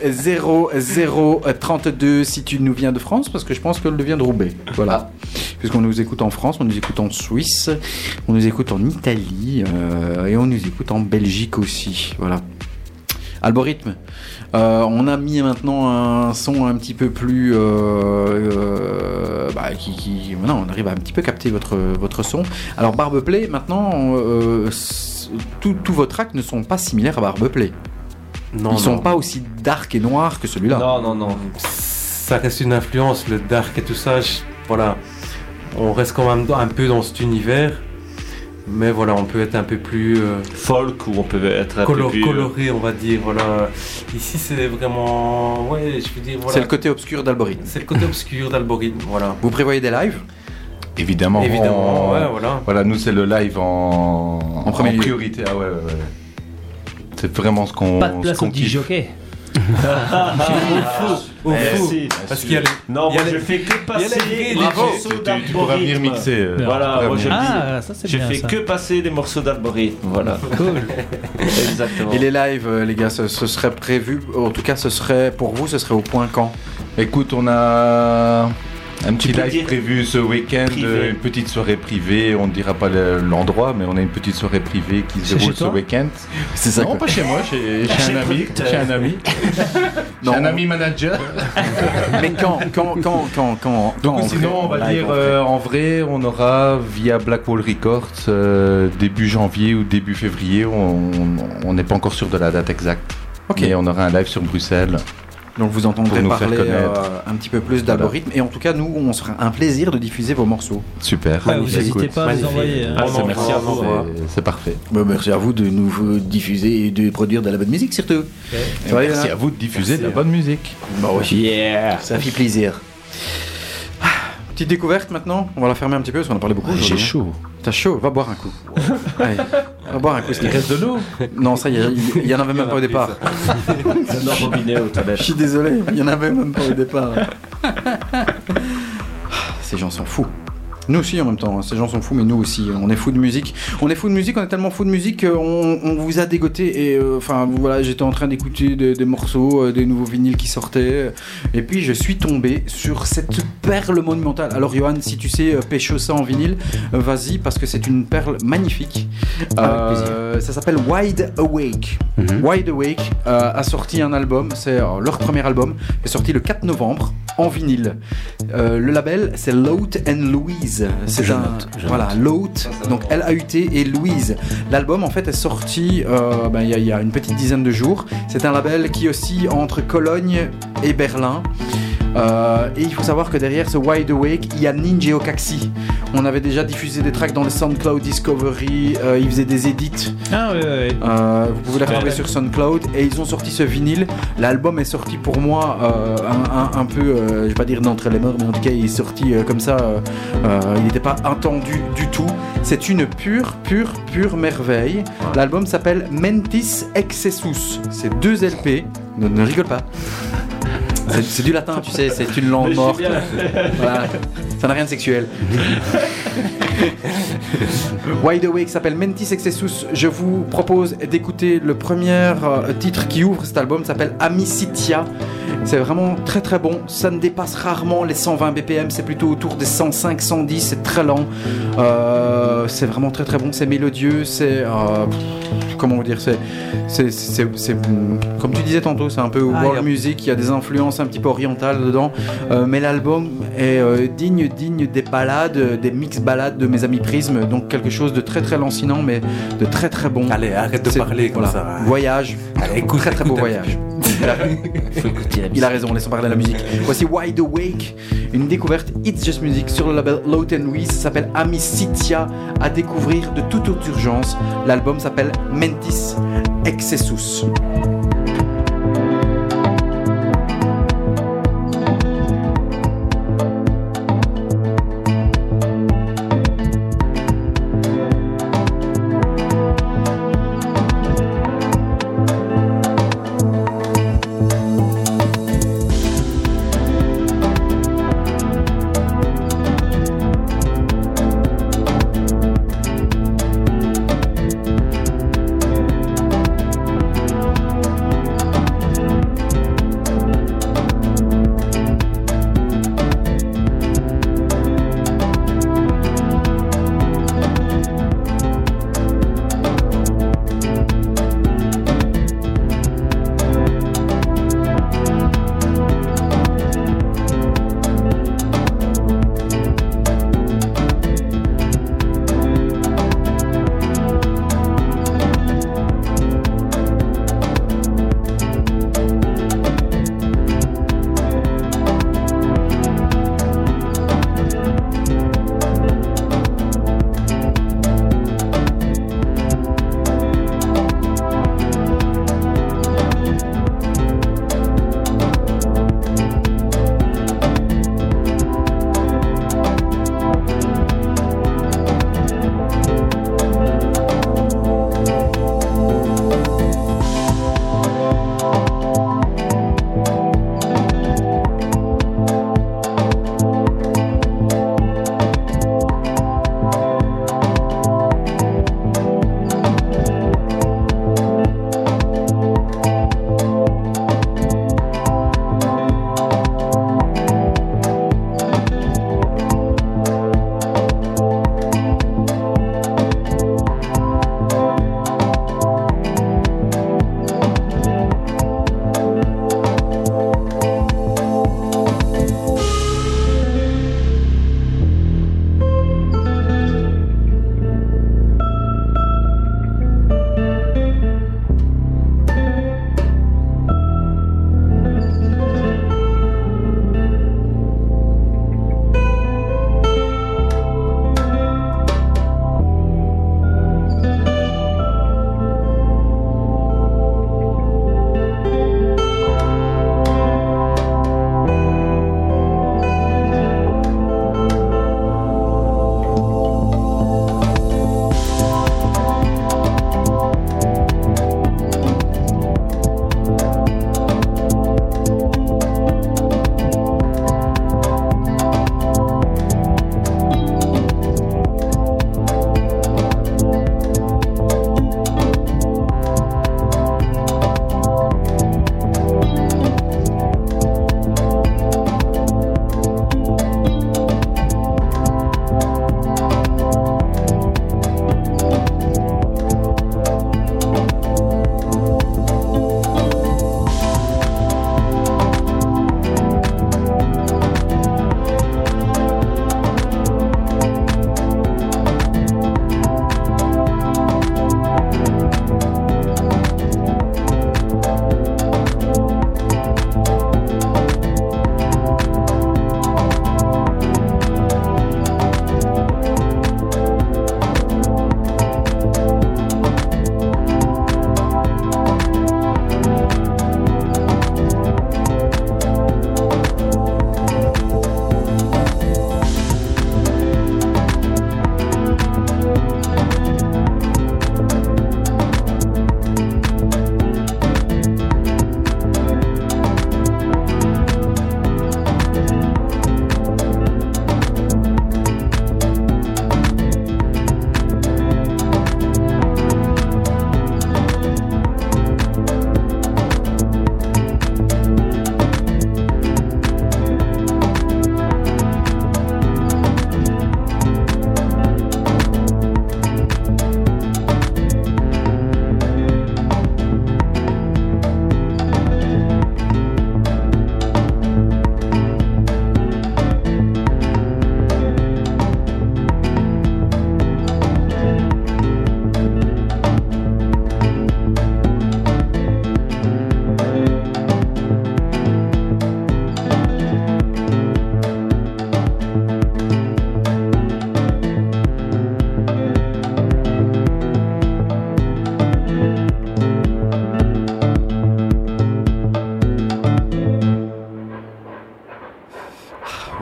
Speaker 7: 0032 si tu nous viens de France, parce que je pense qu'elle vient de Roubaix. Voilà. Puisqu'on nous écoute en France, on nous écoute en Suisse, on nous écoute en Italie et on nous écoute en Belgique aussi. Voilà. Algorithme. On a mis maintenant un son un petit peu plus on arrive à un petit peu capter votre son. Alors Barb Play, maintenant tous vos tracks ne sont pas similaires à Barb Play. Ils sont pas aussi dark et noirs que celui-là.
Speaker 9: Non. Ça reste une influence, le dark et tout ça. Voilà, on reste quand même un peu dans cet univers, mais voilà, on peut être un peu plus
Speaker 10: folk ou on peut être un peu plus
Speaker 9: coloré, on va dire. Voilà, ici c'est vraiment,
Speaker 7: c'est le côté obscur d'Algorithme.
Speaker 9: Voilà.
Speaker 7: Vous prévoyez des lives?
Speaker 5: Évidemment. Voilà, nous c'est le live en priorité. Ah ouais. C'est vraiment ce qu'on.
Speaker 8: Pas de place au DJ-jockey.
Speaker 9: Au fou. Parce qu'il y a
Speaker 10: je fais que passer les morceaux d'Algorithme.
Speaker 5: Tu pourras venir mixer.
Speaker 10: Voilà, moi
Speaker 8: je
Speaker 10: fais que passer des morceaux d'Algorithme. Voilà.
Speaker 8: Cool.
Speaker 10: Exactement.
Speaker 7: Et les lives, les gars, ce serait prévu. En tout cas, pour vous, ce serait au point quand?
Speaker 5: Écoute, on a un petit live prévu ce week-end, une petite soirée privée, on ne dira pas l'endroit, mais on a une petite soirée privée qui se déroule ce week-end.
Speaker 7: C'est ça.
Speaker 5: Non, pas chez moi, chez un ami. Chez un ami manager.
Speaker 7: Mais quand
Speaker 5: Donc sinon, on va dire, en vrai, on aura via Blackwall Records, début janvier ou début février, on n'est pas encore sûr de la date exacte.
Speaker 7: Ok.
Speaker 5: Mais on aura un live sur Bruxelles.
Speaker 7: Donc vous entendrez parler un petit peu plus d'Algorithme. Et en tout cas, nous, on sera un plaisir de diffuser vos morceaux.
Speaker 5: Super.
Speaker 8: Vous n'hésitez pas à les envoyer.
Speaker 5: Merci à vous. C'est parfait.
Speaker 7: Merci à vous de nous diffuser et de produire de la bonne musique, surtout.
Speaker 5: Merci à vous de diffuser de la bonne musique.
Speaker 7: Ça fait plaisir. Petite découverte maintenant. On va la fermer un petit peu parce qu'on a parlé beaucoup.
Speaker 5: J'ai chaud.
Speaker 7: T'as chaud, va boire un coup. Allez, va boire un coup.
Speaker 5: Il reste de l'eau?
Speaker 7: Non, ça, il y en avait même pas au départ.
Speaker 10: C'est un robinet aux toilettes.
Speaker 7: Je suis désolé, il y en avait même pas au départ. Ces gens sont fous. Nous aussi en même temps, ces gens sont fous, mais nous aussi, on est fous de musique. On est tellement fous de musique qu'on vous a dégoté. Et voilà, j'étais en train d'écouter des morceaux, des nouveaux vinyles qui sortaient. Et puis je suis tombé sur cette perle monumentale. Alors Johan, si tu sais pécho ça en vinyle, vas-y, parce que c'est une perle magnifique. Ça s'appelle Wide Awake. Wide Awake a sorti un album, c'est leur premier album, est sorti le 4 novembre en vinyle. Le label, c'est Laut & Louise. C'est Laut, donc L-A-U-T et Louise. L'album en fait est sorti il y a une petite dizaine de jours. C'est un label qui oscille entre Cologne et Berlin. Et il faut savoir que derrière ce Wide Awake, il y a Ninja Okaxi. On avait déjà diffusé des tracks dans le SoundCloud Discovery. Ils faisaient des edits.
Speaker 8: Ah ouais.
Speaker 7: Vous pouvez les retrouver sur SoundCloud. Et ils ont sorti ce vinyle. L'album est sorti pour moi un peu, je vais pas dire d'entre les morts, mais en tout cas il est sorti comme ça. Il n'était pas attendu du tout. C'est une pure merveille. L'album s'appelle Mentis Excessus. C'est 2 LP. Ne rigole pas. C'est du latin, tu sais, c'est une langue morte. Voilà. Ça n'a rien de sexuel. Wide Awake s'appelle Mentis Excessus. Je vous propose d'écouter le premier titre qui ouvre cet album, s'appelle Amicitia. C'est vraiment très très bon. Ça ne dépasse rarement les 120 BPM, c'est plutôt autour des 105, 110, c'est très lent. C'est vraiment très très bon, c'est mélodieux, c'est... comment vous dire, c'est comme tu disais tantôt, c'est un peu world music, il y a des influences un petit peu orientales dedans, mais l'album est digne des balades, des mix balades de mes amis Prism, donc quelque chose de très très lancinant, mais de très très bon.
Speaker 9: Allez, arrête de parler comme ça.
Speaker 7: Voyage,
Speaker 9: allez, écoute,
Speaker 7: très très beau voyage. Il a raison, laissons parler de la musique. Voici Wide Awake, une découverte It's Just Music sur le label Low Ten Reese. Ça s'appelle Amicitia, à découvrir de toute urgence. L'album s'appelle Mentis Excessus.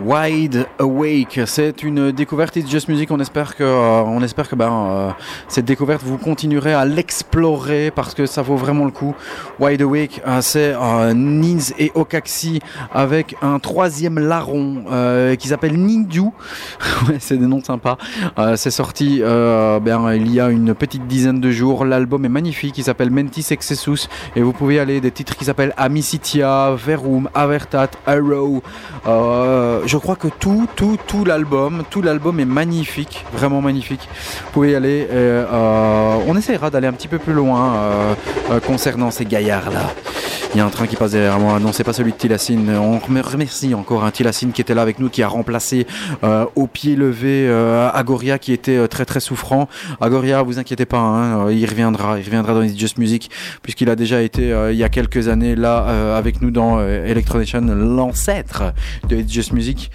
Speaker 7: Wide Awake. C'est une découverte It's Just Music. On espère que cette découverte vous continuerez à l'explorer parce que ça vaut vraiment le coup. Wide Awake, c'est Nins et Okaxi avec un troisième larron qui s'appelle Ninju. Ouais, c'est des noms sympas. C'est sorti il y a une petite dizaine de jours. L'album est magnifique. Il s'appelle Mentis Excessus et vous pouvez aller des titres qui s'appellent Amicitia, Verum, Avertat, Arrow. Je crois que tout l'album est magnifique, vraiment magnifique. Vous pouvez y aller. On essaiera d'aller un petit peu plus loin concernant ces gaillards-là. Il y a un train qui passe derrière moi. Non, c'est pas celui de Tilassine. On remercie encore Tilassine qui était là avec nous, qui a remplacé au pied levé Agoria qui était très très souffrant. Agoria, vous inquiétez pas, il reviendra dans It's Just Music puisqu'il a déjà été il y a quelques années là avec nous dans Electronation, l'ancêtre de It's Just Music.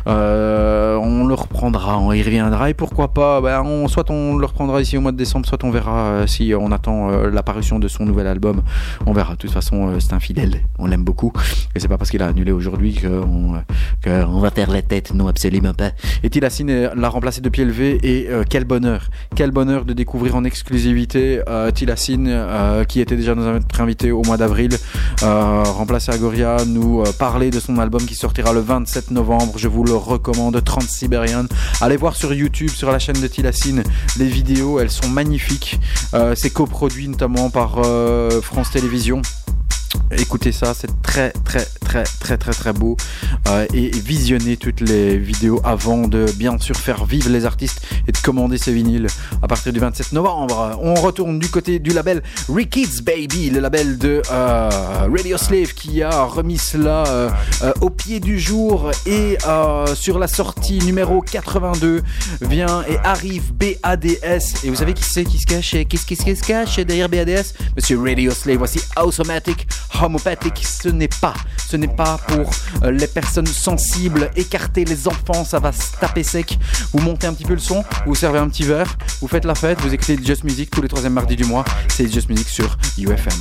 Speaker 7: On le reprendra, il reviendra et pourquoi pas, soit on le reprendra ici au mois de décembre, soit on verra si on attend l'apparition de son nouvel album. On verra. De toute façon, c'est un fidèle, on l'aime beaucoup et c'est pas parce qu'il a annulé aujourd'hui qu'on va faire la tête, non absolument pas. Et Tilassine l'a remplacé de pied levé et quel bonheur de découvrir en exclusivité Tilassine qui était déjà notre invité au mois d'avril, remplacer Agoria, nous parler de son album qui sortira le 27 novembre. Je vous le recommande, Trans-Siberian. Allez voir sur YouTube, sur la chaîne de Tilassine, les vidéos, elles sont magnifiques. C'est coproduit notamment par France Télévisions. Écoutez ça, c'est très très très très très très beau et visionnez toutes les vidéos avant de bien sûr faire vivre les artistes et de commander ces vinyles à partir du 27 novembre. On retourne du côté du label Rickid's Baby, le label de Radio Slave qui a remis cela au pied du jour et sur la sortie numéro 82 vient et arrive BADS. Et vous savez qui c'est qui se cache? Qu'est-ce qui se cache derrière BADS? Monsieur Radio Slave. Voici Automatic Homopathic. Ce n'est pas pour les personnes sensibles. Écartez les enfants, ça va se taper sec. Vous montez un petit peu le son, vous servez un petit verre, vous faites la fête, vous écoutez Just Music tous les 3e mardis du mois. C'est Just Music sur UFM.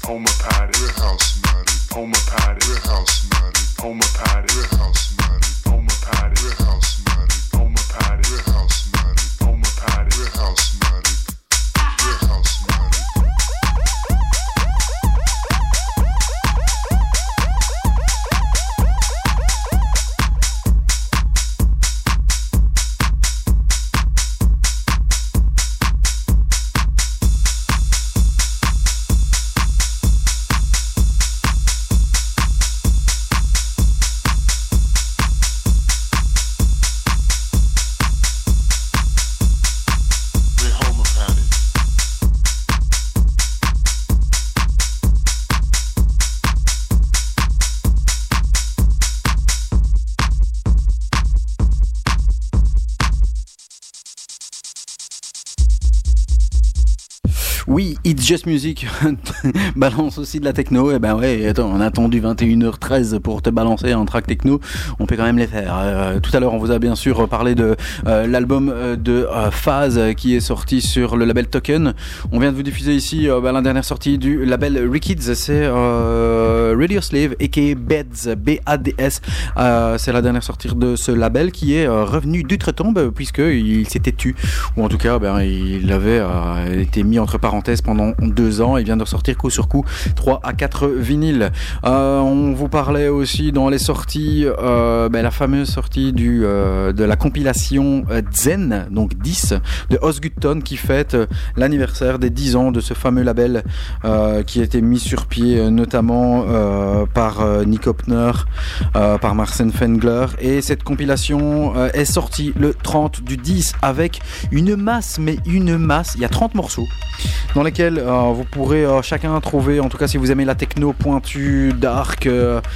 Speaker 7: Oui, It's Just Music balance aussi de la techno. Et ben ouais, attends, on a attendu 21h13 pour te balancer un track techno. On peut quand même les faire. Tout à l'heure, on vous a bien sûr parlé de l'album de Phase qui est sorti sur le label Token. On vient de vous diffuser ici la dernière sortie du label Rikids. C'est Radio Slave aka Beds, B-A-D-S. C'est la dernière sortie de ce label qui est revenu d'outre-tombe puisqu'il s'était tu. Ou en tout cas, il avait été mis entre parenthèses pendant 2 ans. Il vient de ressortir coup sur coup 3 à 4 vinyles. On vous parlait aussi dans les sorties la fameuse sortie de la compilation Zen, donc 10 de Osgutton, qui fête l'anniversaire des 10 ans de ce fameux label qui a été mis sur pied notamment par Nick Hopner, par Marcel Fengler, et cette compilation est sortie le 30 du 10 avec une masse, il y a 30 morceaux dans lesquels vous pourrez chacun trouver, en tout cas si vous aimez la techno pointue, dark,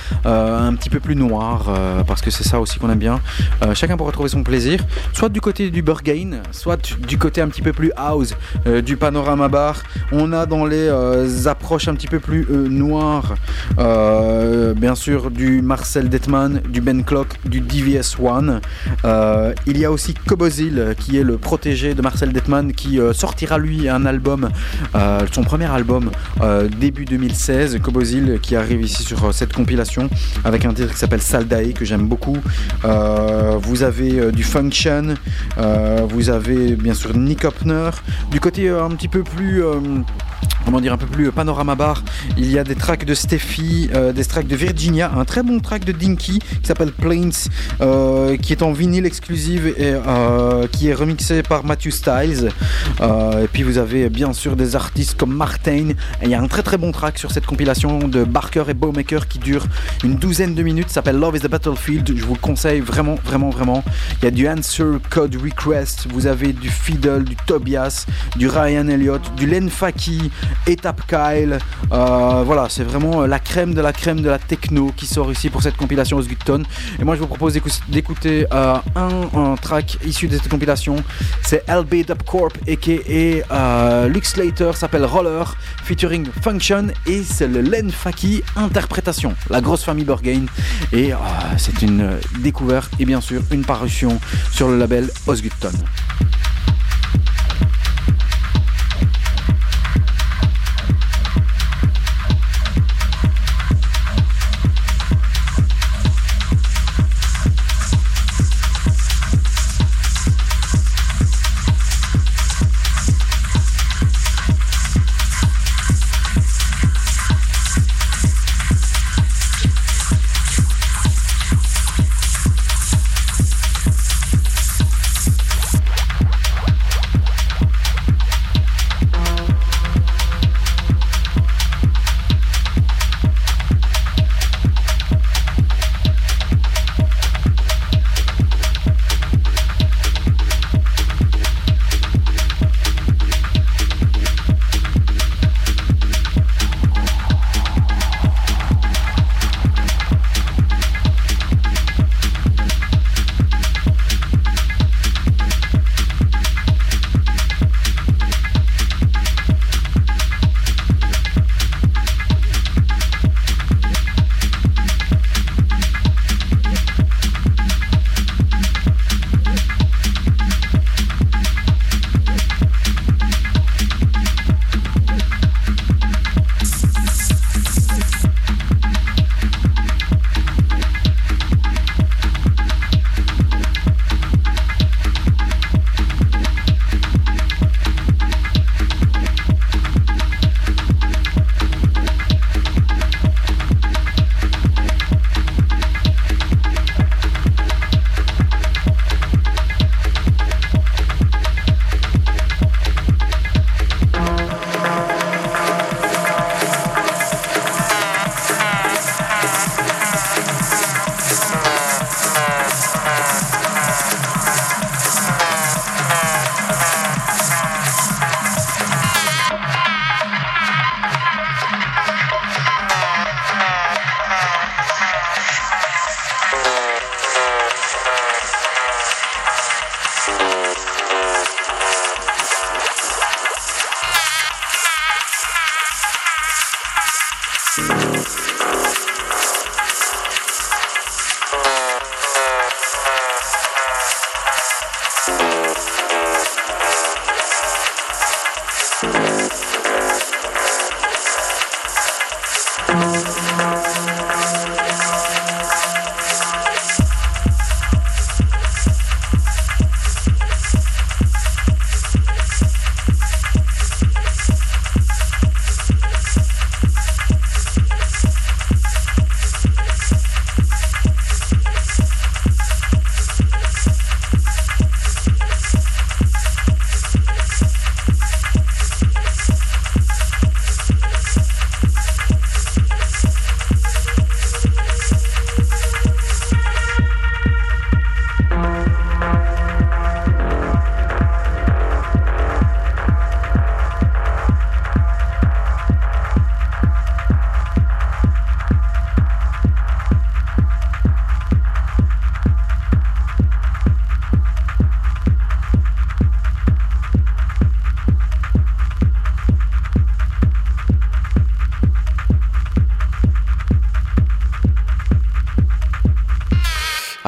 Speaker 7: un petit peu plus noir, parce que c'est ça aussi qu'on aime bien, chacun pourra trouver son plaisir, soit du côté du Burgain, soit du côté un petit peu plus house, du Panorama Bar. On a dans les approches un petit peu plus noires, bien sûr du Marcel Detman, du Ben Clock, du DVS One. Il y a aussi Cobozil qui est le protégé de Marcel Detman, qui sortira lui un album, son premier album début 2016, Cobozil, qui arrive ici sur cette compilation avec un titre qui s'appelle Saldae, que j'aime beaucoup. Vous avez du Function, vous avez bien sûr Nick Hopner. Du côté un petit peu plus un peu plus Panorama Bar, il y a des tracks de Steffi, des tracks de Virginia, un très bon track de Dinky qui s'appelle Plains, qui est en vinyle exclusive et qui est remixé par Matthew Styles. Et puis vous avez bien sûr des artistes comme Martin, et il y a un très très bon track sur cette compilation de Barker et Bowmaker qui dure une 12aine de minutes, s'appelle Love is the Battlefield. Je vous le conseille vraiment. Il y a du Answer Code Request, vous avez du Fiddle, du Tobias, du Ryan Elliott, du Len Faki, Étape Kyle, voilà, c'est vraiment la crème de la techno qui sort ici pour cette compilation Osgutton. Et moi je vous propose d'écouter un track issu de cette compilation. C'est LB Dub Corp aka Lux Slater, s'appelle Roller, featuring Function, et c'est le Len Faki interprétation, la grosse famille Burgain. Et c'est une découverte et bien sûr une parution sur le label Osgutton.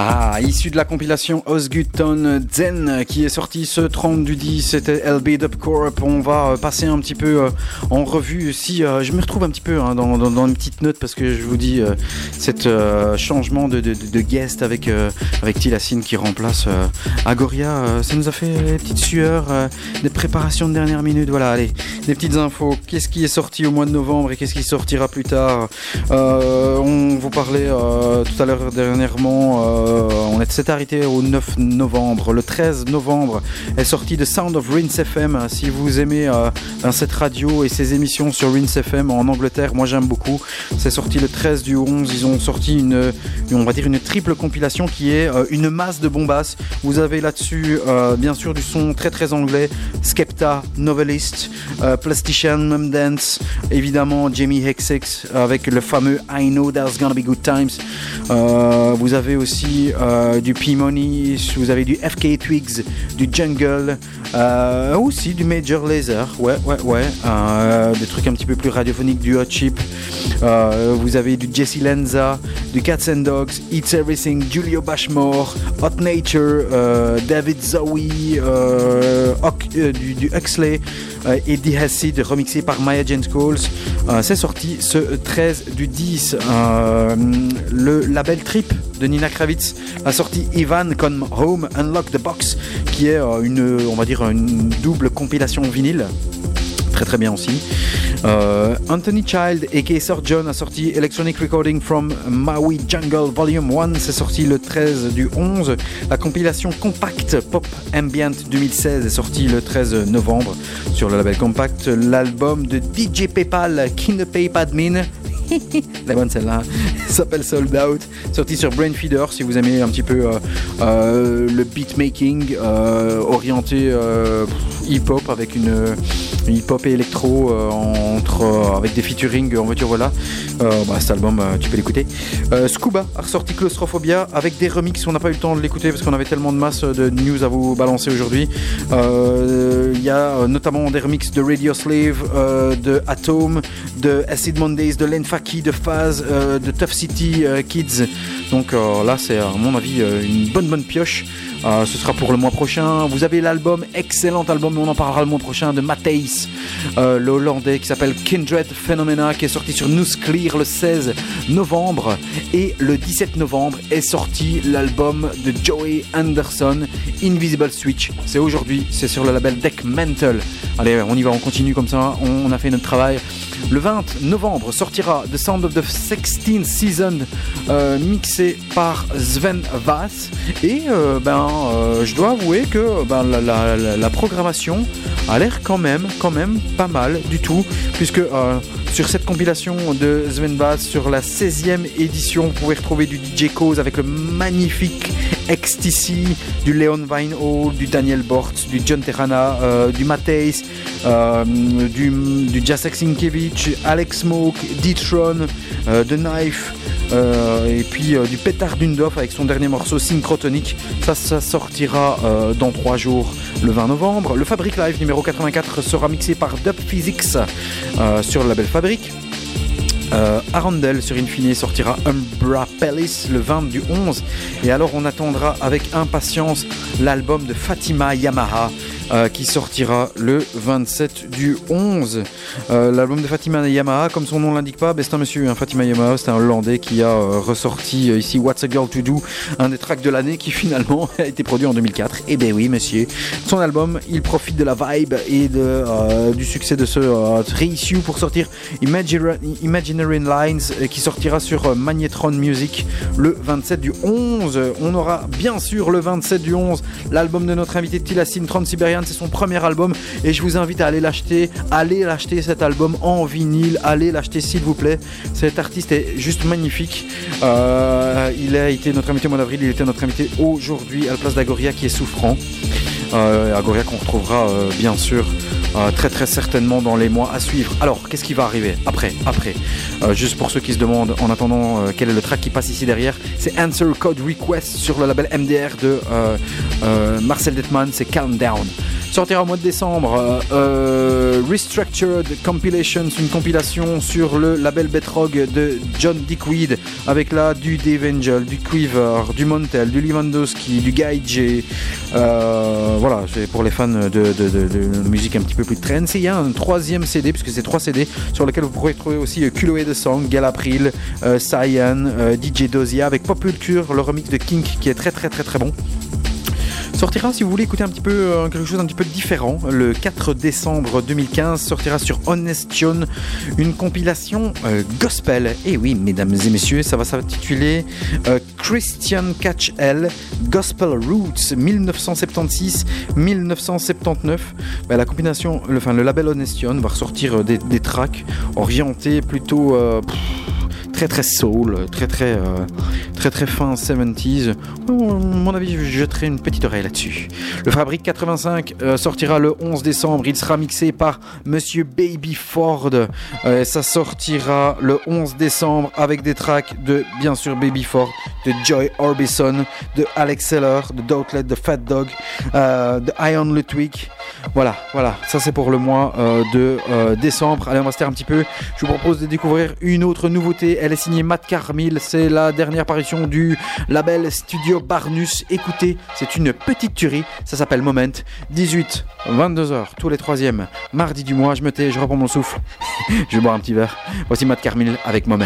Speaker 7: Issu de la compilation Osgutton Zen qui est sortie ce 30 du 10, c'était LB Dubcorp. On va passer un petit peu en revue. Si je me retrouve un petit peu dans une petite note parce que je vous dis cet changement de guest avec Tilassine qui remplace Agoria, ça nous a fait des petites sueurs, des préparations de dernière minute. Voilà, allez, des petites infos. Qu'est-ce qui est sorti au mois de novembre et qu'est-ce qui sortira plus tard? On vous parlait tout à l'heure dernièrement. On s'est arrêté au 9 novembre. Le 13 novembre est sorti The Sound of Rinse FM. Si vous aimez cette radio et ses émissions sur Rinse FM en Angleterre, moi j'aime beaucoup. C'est sorti le 13 du 11. Ils ont sorti une triple compilation qui est une masse de bombasses. Vous avez là-dessus bien sûr du son très très anglais. Skepta, Novelist, Plastician, Mum Dance, évidemment Jamie Hexex avec le fameux I Know There's Gonna Be Good Times. Vous avez aussi du P-Money, vous avez du FK Twigs, du Jungle, aussi du Major Lazer, des trucs un petit peu plus radiophoniques, du Hot Chip. Vous avez du Jesse Lenza, du Cats and Dogs, It's Everything, Julio Bashmore, Hot Nature, David Zowie, du Huxley et The Acid remixé par Maya Jane Scholes. C'est sorti ce 13 du 10. Le label Trip de Nina Kravitz a sorti Ivan Come Home Unlock the Box qui est une double compilation vinyle. Très très bien aussi. Anthony Child et Sir John a sorti Electronic Recording from Maui Jungle Volume 1, c'est sorti le 13 du 11. La compilation Compact Pop Ambient 2016 est sortie le 13 novembre sur le label Compact. L'album de DJ Paypal, King Paypal Admin, la bonne celle-là, s'appelle Sold Out, sorti sur Brainfeeder. Si vous aimez un petit peu le beatmaking orienté hip-hop avec une hip-hop et électro avec des featuring en voiture, voilà. Cet album tu peux l'écouter. Scuba a ressorti Claustrophobia avec des remixes. On n'a pas eu le temps de l'écouter parce qu'on avait tellement de masse de news à vous balancer aujourd'hui. Il y a notamment des remixes de Radio Slave, de Atom, de Acid Mondays, de Len Faki, de Phase, de Tough City Kids. Donc là c'est à mon avis une bonne pioche. Ce sera pour le mois prochain. Vous avez l'album, excellent album, on en parlera le mois prochain, de Matthijs, le Hollandais, qui s'appelle Kindred Phenomena, qui est sorti sur Nuclear le 16 novembre. Et le 17 novembre est sorti l'album de Joey Anderson, Invisible Switch. C'est aujourd'hui, c'est sur le label Deck Mental. Allez, on y va, on continue comme ça, on a fait notre travail. Le 20 novembre sortira The Sound of the 16th Season, mixé par Sven Vath. Et je dois avouer que la programmation a l'air quand même pas mal du tout, puisque sur cette compilation de Sven Vath, sur la 16e édition, vous pouvez retrouver du DJ Cause avec le magnifique XTC, du Leon Vinehall, du Daniel Bort, du John Terrana, du Matthijs, du Jacek Sienkiewicz, Alex Smoke, D-Tron, The Knife, et puis du Petar Dundov avec son dernier morceau Synchrotonic. Ça sortira dans 3 jours, le 20 novembre. Le Fabric Live numéro 84 sera mixé par Dub Physics sur le label Fabric. Arundel sur Infini sortira Umbra Palace le 20 du 11. Et alors on attendra avec impatience l'album de Fatima Yamaha qui sortira le 27 du 11. L'album de Fatima Yamaha, comme son nom l'indique pas, c'est un monsieur, Fatima Yamaha, c'est un Hollandais qui a ressorti ici What's a Girl to Do, un des tracks de l'année qui finalement a été produit en 2004. Et ben oui monsieur, son album, il profite de la vibe et du succès de ce reissue pour sortir Imaginary Lines qui sortira sur Magnetron Music le 27 du 11. On aura bien sûr le 27 du 11 l'album de notre invité Tilassine, Transsibérienne. C'est son premier album et je vous invite à aller l'acheter. Allez l'acheter cet album en vinyle, allez l'acheter s'il vous plaît. Cet artiste est juste magnifique. Il a été notre invité au mois d'avril, il était notre invité aujourd'hui à la place d'Agoria qui est souffrant. Agoria qu'on retrouvera bien sûr très très certainement dans les mois à suivre. Alors qu'est-ce qui va arriver après juste pour ceux qui se demandent en attendant quel est le track qui passe ici derrière, c'est Answer Code Request sur le label MDR de Marcel Detman, c'est Calm Down. Sortira au mois de décembre Restructured Compilations, une compilation sur le label Betrog de John Dickweed, avec là du Dave Angel, du Quiver, du Montel, du Lewandowski, du Guy J. Voilà, c'est pour les fans de musique un petit peu plus trance. Et il y a un troisième CD, puisque c'est 3 CD, sur lequel vous pourrez trouver aussi Culoe de Song, Gal April, Cyan, DJ Dozia, avec Pop Culture, le remix de Kink qui est très très très très bon. Sortira, si vous voulez écouter un petit peu quelque chose un petit peu différent, le 4 décembre 2015 sortira sur Honestion une compilation gospel. Et oui, mesdames et messieurs, ça va s'intituler Christian Catch L Gospel Roots 1976-1979. La compilation, le label Honestion va ressortir des tracks orientés plutôt très très soul, très fin 70s. À mon avis, je jetterai une petite oreille là-dessus. Le Fabrique 85 sortira le 11 décembre. Il sera mixé par Monsieur Baby Ford. Ça sortira le 11 décembre avec des tracks de, bien sûr, Baby Ford, de Joy Orbison, de Alex Seller, de Doubtlet, de Fat Dog, de Ion Ludwig. Voilà, ça c'est pour le mois de décembre. Allez, on va se taire un petit peu. Je vous propose de découvrir une autre nouveauté. Elle est signée Matt Carmille. C'est la dernière parution du label Studio Barnus. Écoutez, c'est une petite tuerie. Ça s'appelle Moment. 18, 22h, tous les 3e mardi du mois. Je me tais, je reprends mon souffle. Je vais boire un petit verre. Voici Matt Carmille avec Moment.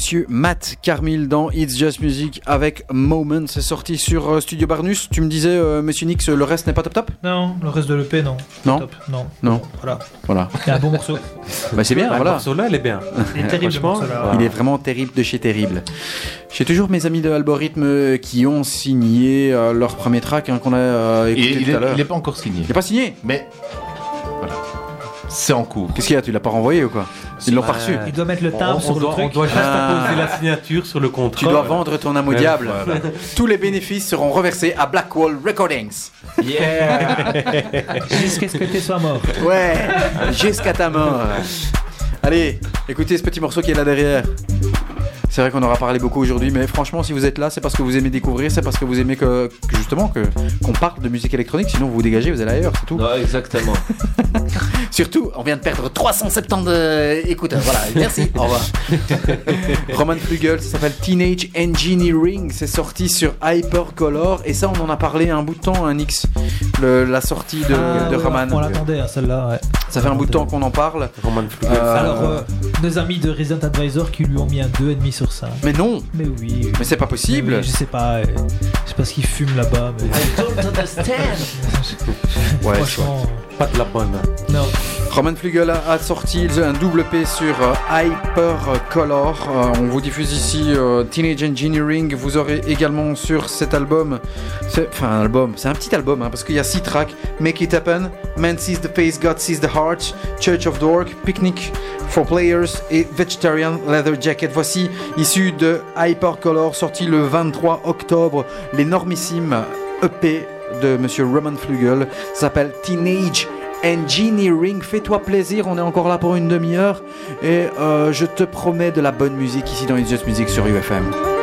Speaker 7: monsieur Matt Carmil dans It's Just Music avec Moment. C'est sorti sur Studio Barnus. Tu me disais, monsieur Nix, le reste n'est pas top?
Speaker 8: Non, le reste de l'EP, non.
Speaker 7: Non
Speaker 8: top, non.
Speaker 7: Non. Voilà.
Speaker 8: C'est un bon morceau.
Speaker 7: Bah, c'est bien, voilà.
Speaker 9: Le morceau là, il est bien.
Speaker 8: Il est terrible,
Speaker 7: il est vraiment terrible de chez terrible. J'ai toujours mes amis de Algorithme qui ont signé leur premier track qu'on a écouté tout à l'heure.
Speaker 5: Il n'est pas encore signé.
Speaker 7: Il n'est pas signé?
Speaker 5: Mais voilà. C'est en cours.
Speaker 7: Qu'est-ce qu'il y a? Tu l'as pas renvoyé ou quoi? Ils l'ont pas reçu.
Speaker 8: Il doit mettre le timbre sur le truc.
Speaker 9: On doit juste apposer la signature sur le contrat.
Speaker 7: Tu dois vendre ton âme au diable. Voilà. Tous les bénéfices seront reversés à Blackwall Recordings.
Speaker 8: Yeah. Jusqu'à ce que tu sois mort.
Speaker 7: Ouais, jusqu'à ta mort. Allez, écoutez ce petit morceau qui est là derrière. C'est vrai qu'on aura parlé beaucoup aujourd'hui, mais franchement, si vous êtes là, c'est parce que vous aimez découvrir, c'est parce que vous aimez qu'on parle de musique électronique, sinon vous vous dégagez, vous allez ailleurs, c'est tout.
Speaker 10: Non, exactement.
Speaker 7: Surtout, on vient de perdre 370 écouteurs. Voilà, merci. Au revoir. Roman Flügel, ça s'appelle Teenage Engineering, c'est sorti sur Hypercolor, et ça, on en a parlé un bout de temps, un X, la sortie de Roman.
Speaker 8: On l'attendait à celle-là, ouais.
Speaker 7: Ça fait un bout de temps qu'on en parle.
Speaker 9: Roman Flügel.
Speaker 8: Alors, nos amis de Resident Advisor qui lui ont mis un 2,5 sur 5.
Speaker 7: Mais non.
Speaker 8: Mais oui.
Speaker 7: Mais c'est pas possible.
Speaker 8: Oui, je sais pas ce qu'ils fument là-bas. Mais...
Speaker 10: I don't understand.
Speaker 7: Ouais,
Speaker 8: franchement,
Speaker 9: pas de la bonne.
Speaker 8: Non.
Speaker 7: Roman Flügel a sorti un double P sur Hypercolor. On vous diffuse ici Teenage Engineering. Vous aurez également sur cet album, c'est un petit album parce qu'il y a 6 tracks: Make It Happen, Man Sees the Face, God Sees the Heart, Church of Dork, Picnic for Players et Vegetarian Leather Jacket. Voici issu de Hypercolor, sorti le 23 octobre, l'énormissime EP de monsieur Roman Flügel. Ça s'appelle Teenage Engineering. Fais-toi plaisir, on est encore là pour une demi-heure et je te promets de la bonne musique ici dans It's Just Music sur UFM.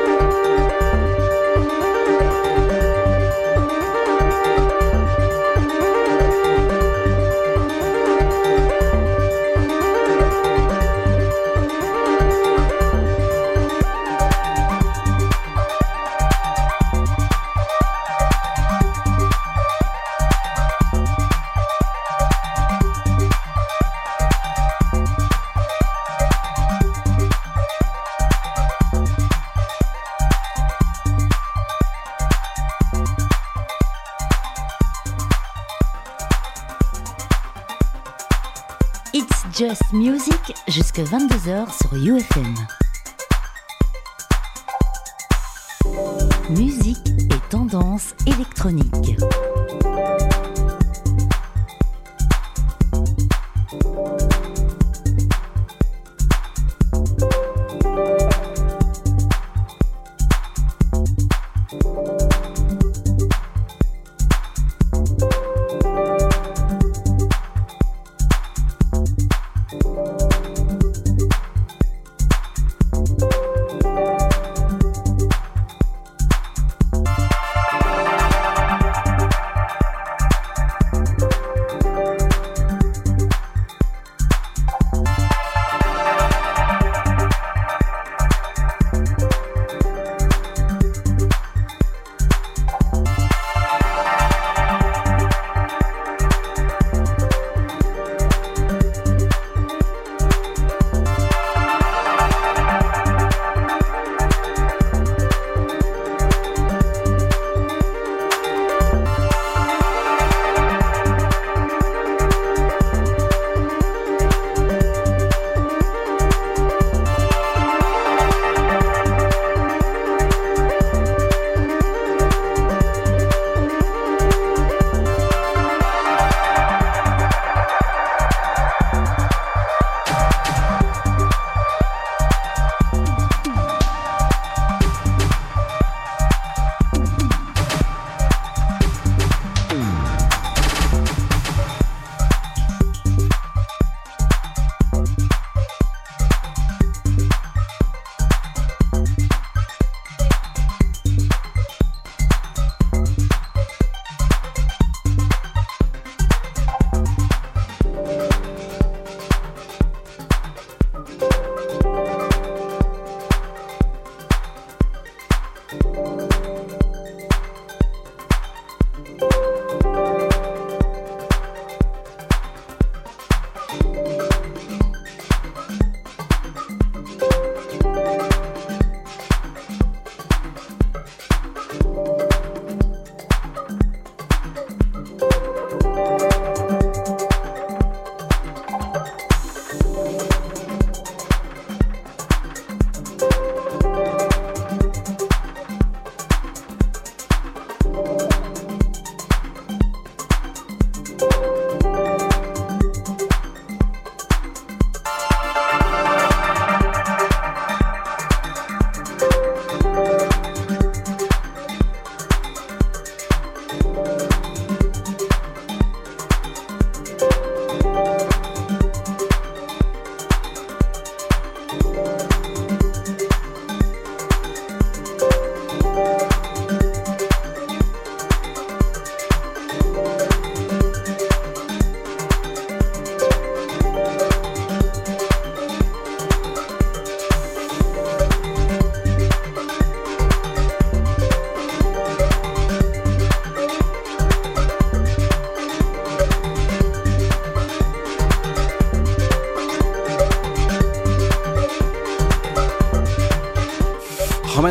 Speaker 6: Just Music jusque 22h sur UFM. Musique et tendance électronique.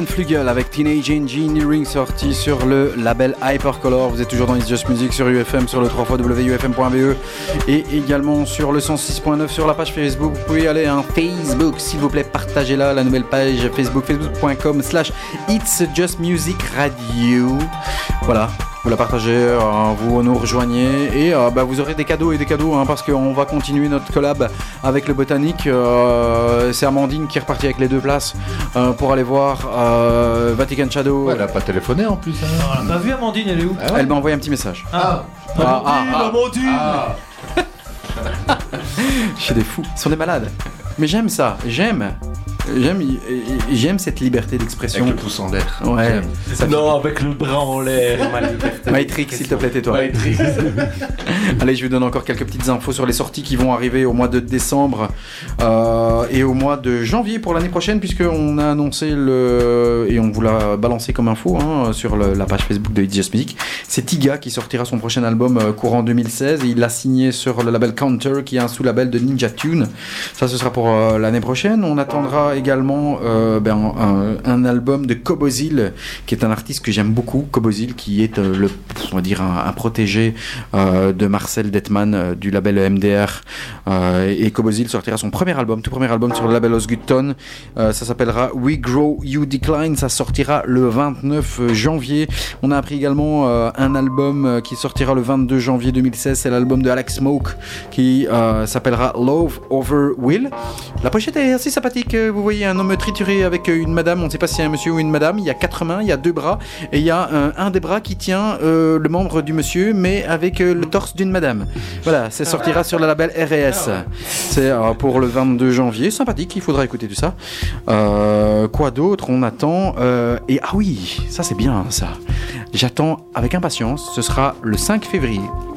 Speaker 7: Hermann Flügel avec Teenage Engineering sorti sur le label Hypercolor. Vous êtes toujours dans It's Just Music sur UFM, sur le 3xwufm.be et également sur le 106.9 sur la page Facebook. Vous pouvez aller à Facebook, s'il vous plaît, partagez-la, la nouvelle page Facebook, facebook.com/It's Just Music Radio. Voilà. Vous la partagez, vous nous rejoignez et vous aurez des cadeaux parce qu'on va continuer notre collab avec le Botanique. C'est Amandine qui est repartie avec les 2 places pour aller voir Vatican Shadow.
Speaker 5: Ouais, elle n'a pas téléphoné en plus.
Speaker 8: Hein. On a vu Amandine, elle est où?
Speaker 7: Elle m'a envoyé un petit message.
Speaker 8: Amandine.
Speaker 7: Je suis des fous, ils sont des malades. Mais j'aime ça, j'aime cette liberté d'expression.
Speaker 5: Avec le pouce en l'air.
Speaker 7: Ouais.
Speaker 10: Non, avec le bras en l'air.
Speaker 7: Matrix, s'il te plaît, tais-toi. Allez, je vous donne encore quelques petites infos sur les sorties qui vont arriver au mois de décembre et au mois de janvier pour l'année prochaine, puisqu'on a annoncé et on vous l'a balancé comme info sur la page Facebook de It's Just Music. C'est Tiga qui sortira son prochain album courant 2016 et il l'a signé sur le label Counter, qui est un sous-label de Ninja Tune. Ça, ce sera pour l'année prochaine. On attendra également un album de Kobozil, qui est un artiste que j'aime beaucoup. Kobozil, qui est on va dire un protégé de Marcel Detman du label MDR, et Kobozil sortira son tout premier album sur le label Osgutton. Ça s'appellera We Grow You Decline. Ça sortira le 29 janvier. On a appris également un album qui sortira le 22 janvier 2016. C'est l'album de Alex Smoke qui s'appellera Love Over Will. La pochette est assez sympathique. Vous voyez un homme trituré avec une madame, on ne sait pas si c'est un monsieur ou une madame. Il y a 4 mains, il y a 2 bras et il y a un des bras qui tient le membre du monsieur, mais avec le torse d'une madame. Voilà, ça sortira sur le label RS. C'est pour le 22 janvier. Sympathique, il faudra écouter tout ça. Quoi d'autre on attend et ah oui, ça c'est bien ça. J'attends avec impatience. Ce sera le 5 février.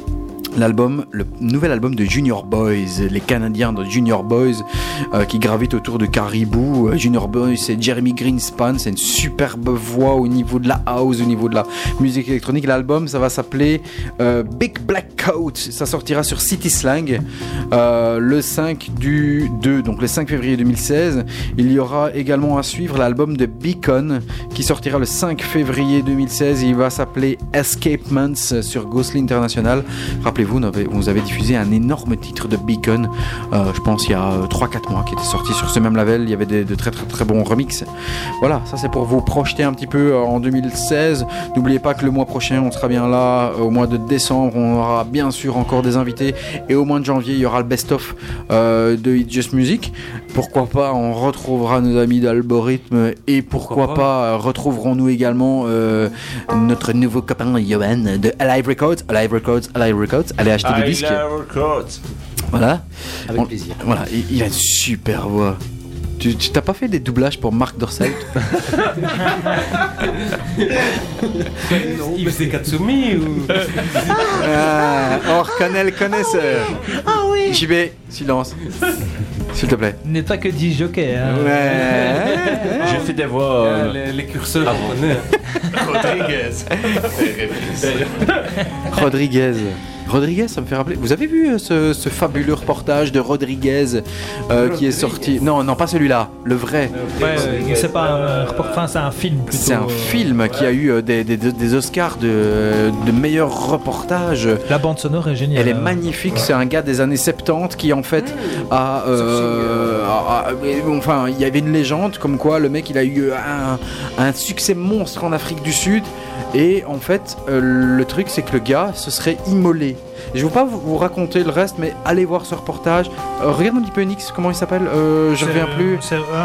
Speaker 7: Le nouvel album de Junior Boys, les Canadiens de Junior Boys qui gravitent autour de Caribou. Junior Boys, c'est Jeremy Greenspan, c'est une superbe voix au niveau de la house, au niveau de la musique électronique. L'album, ça va s'appeler Big Black Coat. Ça sortira sur City Slang le 5 du 2, donc le 5 février 2016. Il y aura également à suivre l'album de Beacon qui sortira le 5 février 2016. Il va s'appeler Escapements sur Ghostly International. Rappelez-vous, vous avez diffusé un énorme titre de Beacon, je pense il y a 3-4 mois, qui était sorti sur ce même label. Il y avait de très très très bons remixes. Voilà, ça c'est pour vous projeter un petit peu en 2016. N'oubliez pas que le mois prochain on sera bien là. Au mois de décembre on aura bien sûr encore des invités et au mois de janvier il y aura le best-of de It's Just Music. Pourquoi pas on retrouvera nos amis d'Algorithme et pourquoi pas retrouverons-nous également notre nouveau copain Johan de Alive Records. Allez acheter des disques. Voilà.
Speaker 2: Avec plaisir.
Speaker 7: Voilà, il a une super voix. Tu t'as pas fait des doublages pour Marc Dorcel?
Speaker 9: Non, mais c'est Katsumi ou...
Speaker 7: on reconnaît le connaisseur. Ah oui. JB, silence. S'il te plaît.
Speaker 8: Il n'est pas que 10 jockeys. Hein.
Speaker 7: Ouais.
Speaker 10: J'ai fait des voix.
Speaker 9: Les curseurs.
Speaker 7: Rodriguez, ça me fait rappeler. Vous avez vu ce fabuleux reportage de Rodriguez qui est sorti? Non, pas celui-là, le vrai.
Speaker 8: C'est pas un reportage, c'est un film plutôt.
Speaker 7: C'est un film qui a eu des Oscars de meilleur reportage.
Speaker 8: La bande sonore est géniale.
Speaker 7: Elle est magnifique. C'est un gars des années 70 qui en fait enfin, il y avait une légende comme quoi le mec il a eu un succès monstre en Afrique du Sud. Et en fait, le truc c'est que le gars se serait immolé. Je ne vais pas vous raconter le reste, mais allez voir ce reportage. Regarde un petit peu Nix, comment il s'appelle? Je ne reviens plus.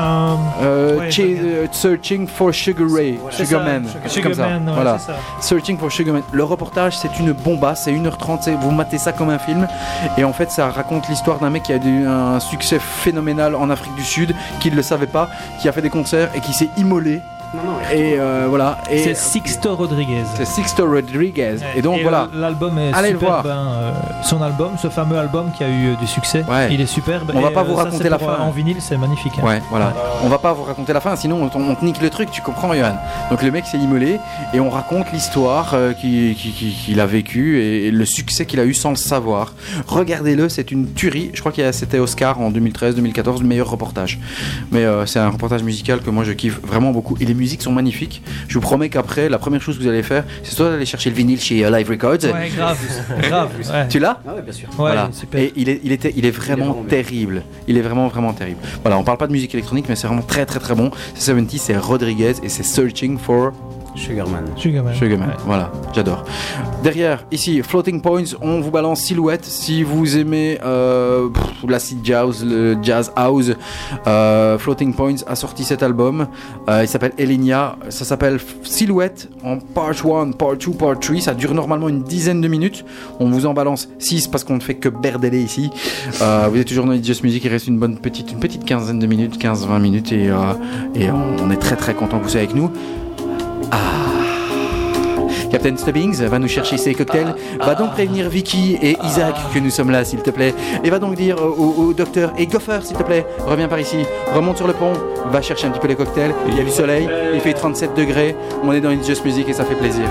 Speaker 7: Searching for Sugar Ray. Sugarman.
Speaker 8: Sugarman, ouais,
Speaker 7: voilà.
Speaker 8: c'est ça.
Speaker 7: Searching for Sugarman. Le reportage, c'est une bombasse, c'est 1h30. Vous matez ça comme un film. Et en fait, ça raconte l'histoire d'un mec qui a eu un succès phénoménal en Afrique du Sud, qui ne le savait pas, qui a fait des concerts et qui s'est immolé. Et voilà. Et
Speaker 8: c'est Sixto Rodriguez.
Speaker 7: Ouais. Et donc voilà.
Speaker 8: L'album est
Speaker 7: allez
Speaker 8: superbe. Son album, ce fameux album qui a eu du succès, il est superbe.
Speaker 7: On va pas vous raconter la fin.
Speaker 8: En vinyle, c'est magnifique.
Speaker 7: Ouais, voilà. On va pas vous raconter la fin, sinon on te nique le truc. Tu comprends, Johan? Donc le mec s'est immolé et on raconte l'histoire qu'il a vécue et le succès qu'il a eu sans le savoir. Regardez-le, c'est une tuerie. Je crois que c'était Oscar en 2013-2014, le meilleur reportage. Mais c'est un reportage musical que moi je kiffe vraiment beaucoup. Et les musiques sont magnifiques. Je vous promets qu'après, la première chose que vous allez faire, c'est soit d'aller chercher le vinyle chez Live Records.
Speaker 8: Ouais, grave. Ouais.
Speaker 7: Tu l'as ?
Speaker 2: Ah ouais, bien sûr.
Speaker 8: Ouais,
Speaker 7: voilà.
Speaker 8: super.
Speaker 7: Et il est vraiment terrible. Il est vraiment terrible. Voilà, on parle pas de musique électronique, mais c'est vraiment très bon. C'est 70, c'est Rodriguez et c'est Searching for
Speaker 2: Sugarman,
Speaker 8: ouais.
Speaker 7: Voilà, j'adore. Derrière, ici, Floating Points, on vous balance Silhouette. Si vous aimez l'acid jazz, le jazz house, Floating Points a sorti cet album. Il s'appelle Elinia. Ça s'appelle Silhouette en part 1, part 2, part 3. Ça dure normalement une dizaine de minutes. On vous en balance 6 parce qu'on ne fait que berdeler ici. Vous êtes toujours dans It's Just Music. Il reste une petite quinzaine de minutes, 15-20 minutes. Et on est très content que vous soyez avec nous. Captain Stubbings va nous chercher ses cocktails. Va donc prévenir Vicky et Isaac que nous sommes là, s'il te plaît. Et va donc dire au docteur et Gopher, s'il te plaît, reviens par ici, remonte sur le pont, va chercher un petit peu les cocktails. Il y a du soleil, il fait 37 degrés. On est dans It's Just Music et ça fait plaisir.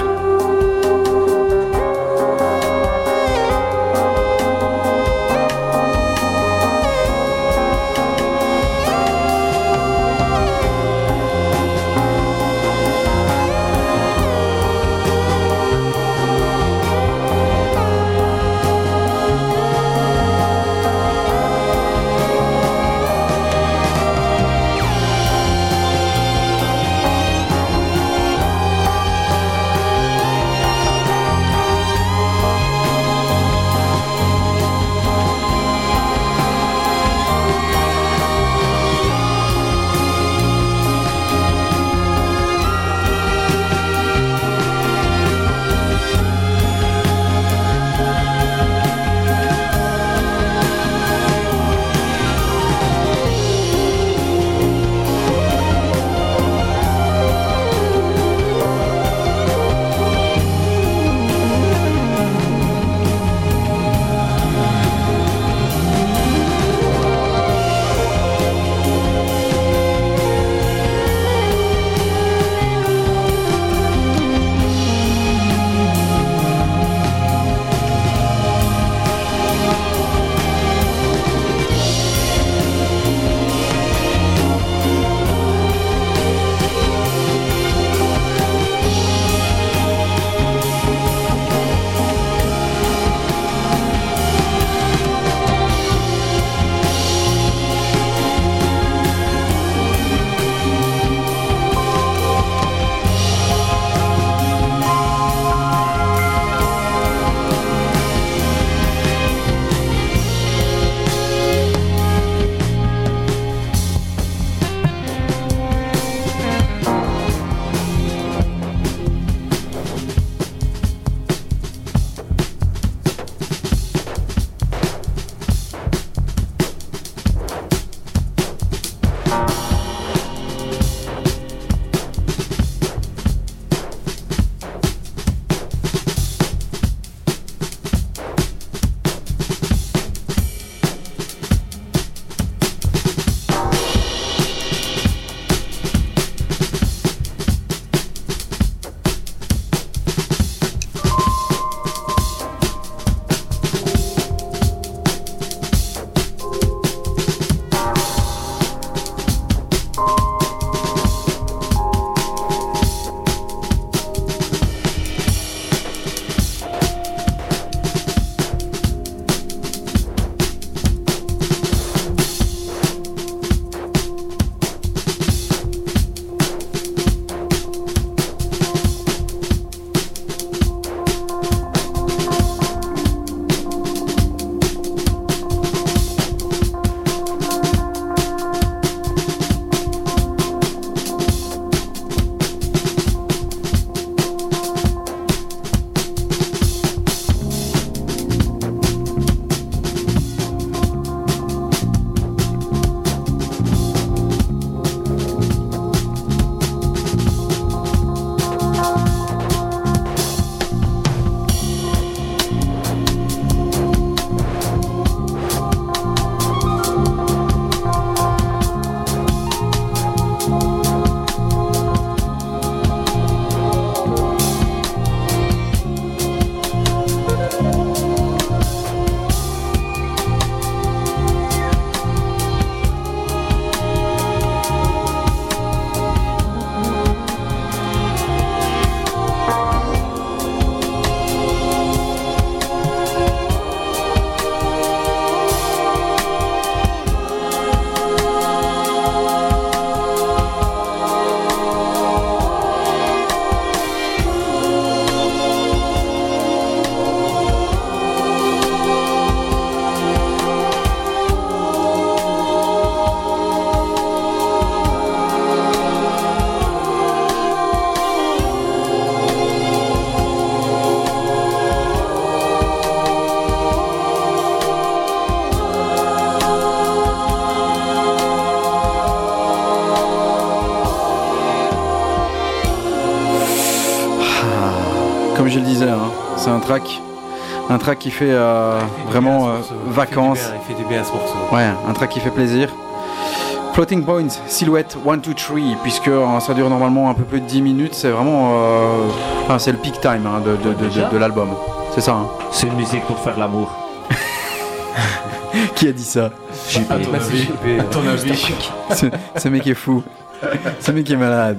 Speaker 7: comme je le disais, hein, c'est un track qui fait vraiment vacances.
Speaker 9: Il fait du bien à ce morceau.
Speaker 7: Ouais, un track qui fait plaisir. Floating Points, Silhouette 1, 2, 3, puisque ça dure normalement un peu plus de 10 minutes, c'est vraiment... c'est le peak time hein, de l'album. C'est ça. Hein.
Speaker 10: C'est une musique pour faire l'amour.
Speaker 7: Qui a dit ça?
Speaker 9: À ton avis.
Speaker 7: Ce mec est fou. Ce mec est malade.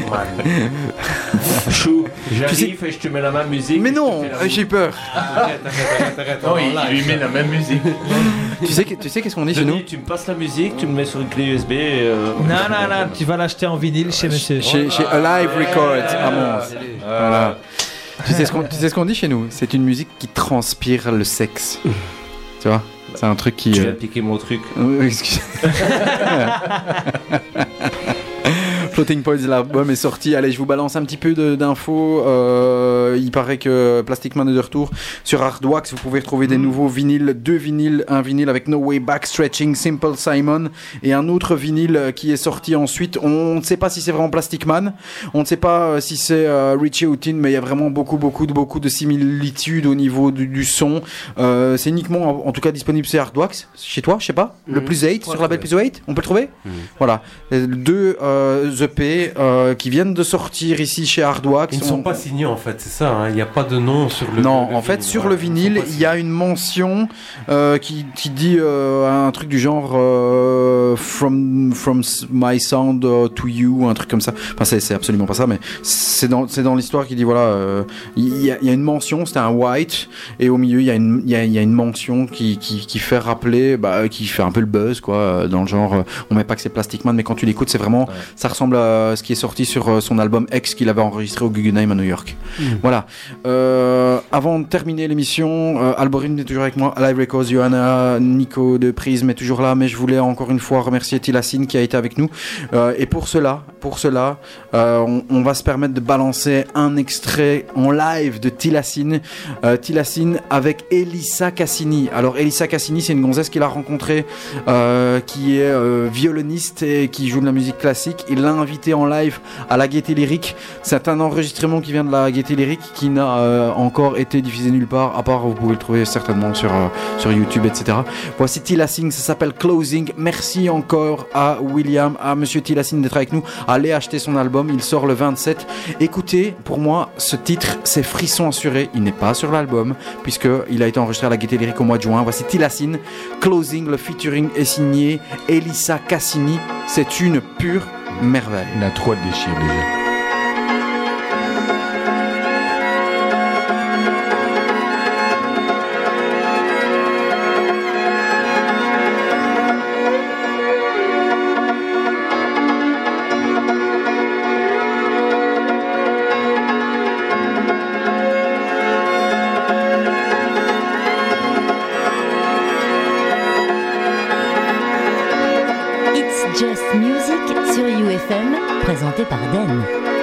Speaker 10: Chou, j'arrive et je te mets la même musique.
Speaker 7: Mais non, j'ai peur.
Speaker 9: Arrête. Non, il lui met la même musique.
Speaker 7: Tu sais qu'est-ce qu'on dit chez nous?
Speaker 10: Tu me passes la musique, tu me mets sur une clé USB.
Speaker 8: Non, tu vas l'acheter en vinyle chez monsieur.
Speaker 7: Chez Alive Records à Mons. Voilà. Tu sais ce qu'on dit chez nous? C'est une musique qui transpire le sexe. Tu vois? C'est un truc qui...
Speaker 10: Tu viens de piquer mon truc.
Speaker 7: Excusez. Floating Points, l'album est sorti. Allez, je vous balance un petit peu d'infos. Il paraît que Plastic Man est de retour sur Hardwax. Vous pouvez retrouver des nouveaux vinyles, 2 vinyles, un vinyle avec No Way Back, Stretching, Simple Simon, et un autre vinyle qui est sorti ensuite. On ne sait pas si c'est vraiment Plastic Man, on ne sait pas si c'est Richie Houghton, mais il y a vraiment beaucoup de similitudes au niveau du son. C'est uniquement, en tout cas, disponible sur Hardwax. Chez toi, je sais pas. Le Plus 8 sur label Plus 8, on peut le trouver. Voilà. 2 EP qui viennent de sortir ici chez Hardwax.
Speaker 9: Ils ne sont pas signés en fait, c'est ça, hein. Il n'y a pas de nom sur le
Speaker 7: Non,
Speaker 9: le
Speaker 7: en fait, sur le vinyle, il y a une mention qui dit un truc du genre from my sound to you, un truc comme ça. Enfin, c'est absolument pas ça, mais c'est dans l'histoire qui dit voilà, il y a une mention, c'était un white, et au milieu, il y a une mention qui fait rappeler, qui fait un peu le buzz, quoi, dans le genre, on met pas que c'est Plastic Man, mais quand tu l'écoutes, c'est vraiment, ça ressemble à ce qui est sorti sur son album X qu'il avait enregistré au Guggenheim à New York. Voilà. Avant de terminer l'émission, Alborine est toujours avec moi, Alive Records, Johanna, Nico de Prism est toujours là, mais je voulais encore une fois remercier Tilassine qui a été avec nous. Et pour cela, on va se permettre de balancer un extrait en live de Tilassine avec Elissa Cassini. Alors Elissa Cassini, c'est une gonzesse qu'il a rencontrée, qui est violoniste et qui joue de la musique classique. Il l'a invitée en live à la Gaieté Lyrique. C'est un enregistrement qui vient de la Gaieté Lyrique qui n'a encore été diffusé nulle part, à part vous pouvez le trouver certainement sur YouTube, etc. Voici Tilassine, ça s'appelle Closing. Merci encore à William, à monsieur Tilassine d'être avec nous. Allez acheter son album, il sort le 27. Écoutez, pour moi, ce titre, c'est Frisson assuré. Il n'est pas sur l'album, puisqu'il a été enregistré à la Gaieté Lyrique au mois de juin. Voici Tilassine, Closing. Le featuring est signé Elissa Cassini. C'est une pure merveille.
Speaker 5: Il a trop de déchire déjà.
Speaker 6: Just Music sur UFM, présenté par Den.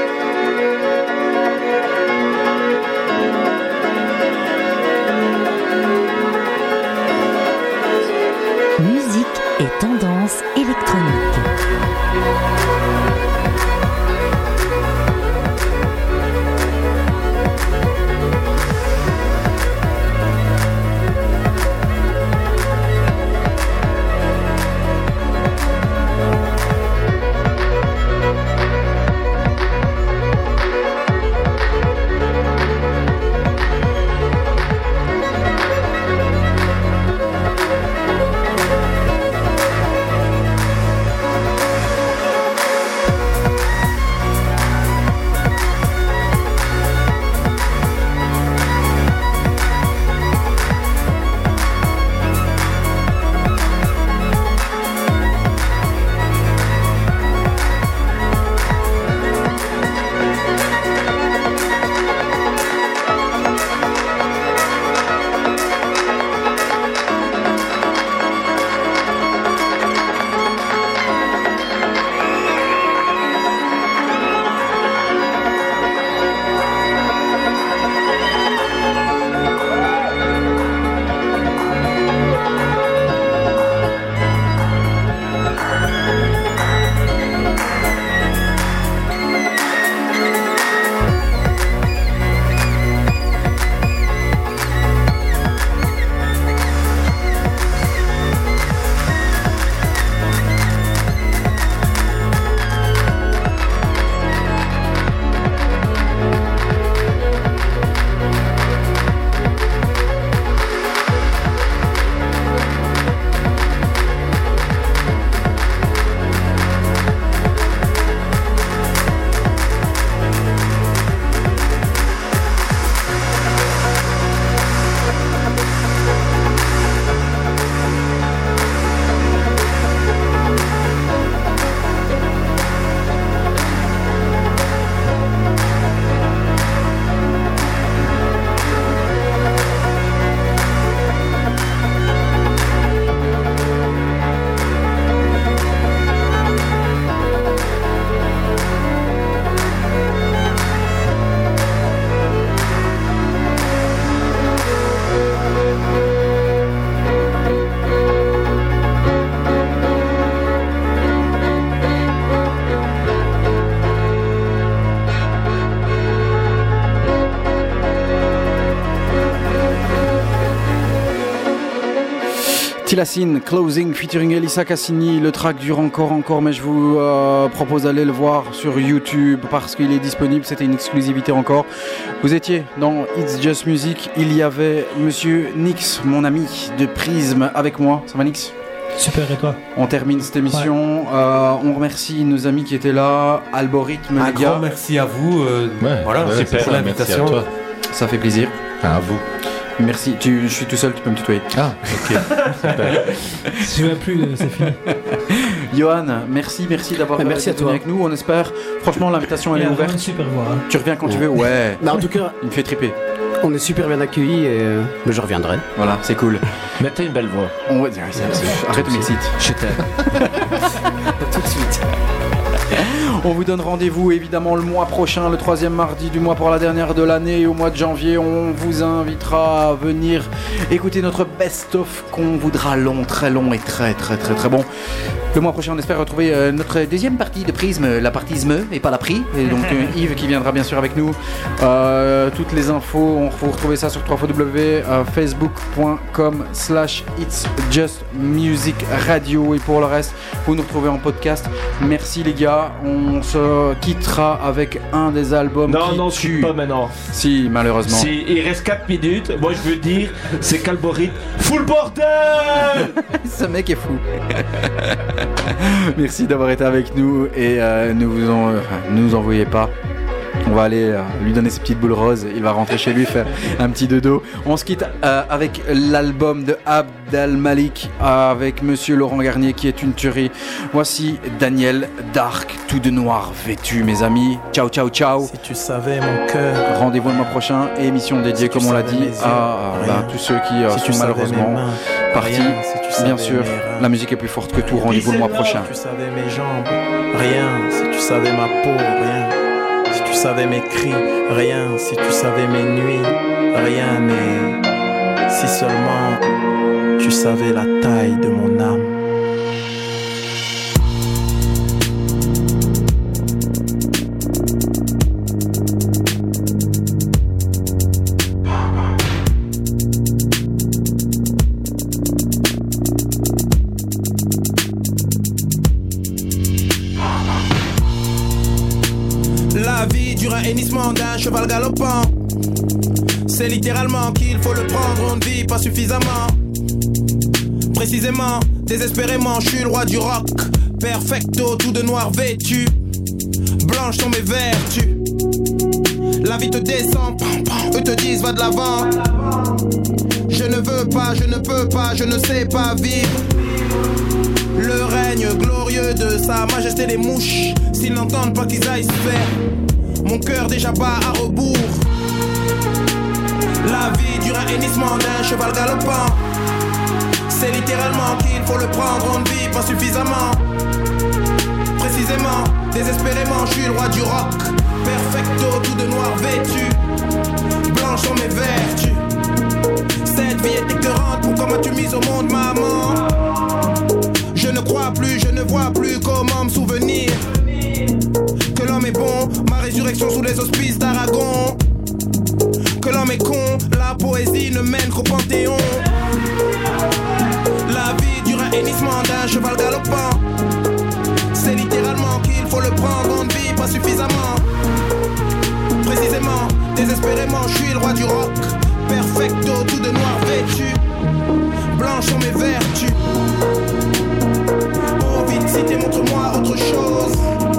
Speaker 6: Musique et tendance électronique.
Speaker 7: Tilassine, Closing, featuring Elissa Cassini. Le track dure encore, mais je vous propose d'aller le voir sur YouTube parce qu'il est disponible. C'était une exclusivité encore. Vous étiez dans It's Just Music. Il y avait Monsieur Nix, mon ami de Prisme, avec moi. Ça va, Nix ?
Speaker 8: Super, et toi ?
Speaker 7: On termine cette émission. Ouais. On remercie nos amis qui étaient là. Algorithme,
Speaker 9: un
Speaker 7: les gars.
Speaker 9: grand merci à vous. Voilà, super pour l'invitation.
Speaker 7: Ça fait plaisir.
Speaker 5: À vous.
Speaker 7: Merci. Je suis tout seul, tu peux me tutoyer.
Speaker 5: Ah, ok.
Speaker 8: Je ne veux plus, c'est fini.
Speaker 7: Johan, merci d'avoir
Speaker 2: venu
Speaker 7: avec nous. On espère, franchement, l'invitation elle est ouverte.
Speaker 8: Une super voix. Hein.
Speaker 7: Tu reviens quand tu veux. Ouais.
Speaker 2: Bah, en tout cas,
Speaker 7: il me fait triper.
Speaker 2: On est super bien accueillis et je reviendrai.
Speaker 7: Voilà, c'est cool.
Speaker 10: Mais t'as une belle voix.
Speaker 7: On va dire, arrête de m'exciter.
Speaker 10: Je t'aime.
Speaker 7: Tout de suite. On vous donne rendez-vous évidemment le mois prochain, le 3e mardi du mois pour la dernière de l'année. Et au mois de janvier, on vous invitera à venir écouter notre best-of qu'on voudra long, très long et très bon. Le mois prochain, on espère retrouver notre deuxième partie de Prisme, la partie SME et pas la Pri. Et donc Yves qui viendra bien sûr avec nous. Toutes les infos, on peut retrouver ça sur www.facebook.com/It's Just Music Radio. Et pour le reste, vous nous retrouvez en podcast. Merci les gars. On se quittera avec un des albums
Speaker 10: Non, je suis pas maintenant.
Speaker 7: Si, malheureusement.
Speaker 10: Si, il reste 4 minutes. Moi, je veux dire, c'est qu'Algorithme. Full bordel.
Speaker 7: Ce mec est fou. Merci d'avoir été avec nous et ne nous envoyez pas. On va aller lui donner ses petites boules roses. Il va rentrer chez lui faire un petit dodo. On se quitte avec l'album de Abd al-Malik avec Monsieur Laurent Garnier qui est une tuerie. Voici Daniel Dark, tout de noir vêtu, mes amis. Ciao.
Speaker 11: Si tu savais mon cœur.
Speaker 7: Rendez-vous le mois prochain. Émission dédiée, comme on l'a dit, à tous ceux qui sont malheureusement partis. Bien sûr, la musique est plus forte que tout. Rendez-vous le mois prochain.
Speaker 11: Si tu savais mes jambes, rien. Si tu savais ma peau, rien. Si tu savais mes cris, rien. Si tu savais mes nuits, rien. Mais si seulement tu savais la taille de mon âme.
Speaker 12: Hennissement d'un cheval galopant. C'est littéralement qu'il faut le prendre, on ne vit pas suffisamment. Précisément, désespérément, je suis le roi du rock. Perfecto, tout de noir vêtu. Blanches sont mes vertus. La vie te descend, eux te disent va de l'avant. Je ne veux pas, je ne peux pas, je ne sais pas vivre le règne glorieux de sa majesté des mouches. S'ils n'entendent pas qu'ils aillent se faire. Mon cœur déjà bat à rebours. La vie dure un hennissement d'un cheval galopant. C'est littéralement qu'il faut le prendre, on ne vit pas suffisamment. Précisément, désespérément, je suis le roi du rock. Perfecto, tout de noir vêtu. Blanches sont mes vertus. Cette vie est écœurante, pourquoi m'as-tu mise au monde, maman? Je ne crois plus, je ne vois plus comment me souvenir que l'homme est bon, ma résurrection sous les auspices d'Aragon. Que l'homme est con, la poésie ne mène qu'au panthéon. La vie dure un hennissement d'un cheval galopant. C'est littéralement qu'il faut le prendre, on ne vit pas suffisamment. Précisément, désespérément, je suis le roi du rock. Perfecto, tout de noir vêtu. Blanches sont mes vertus. Oh vite, cité, montre-moi autre chose.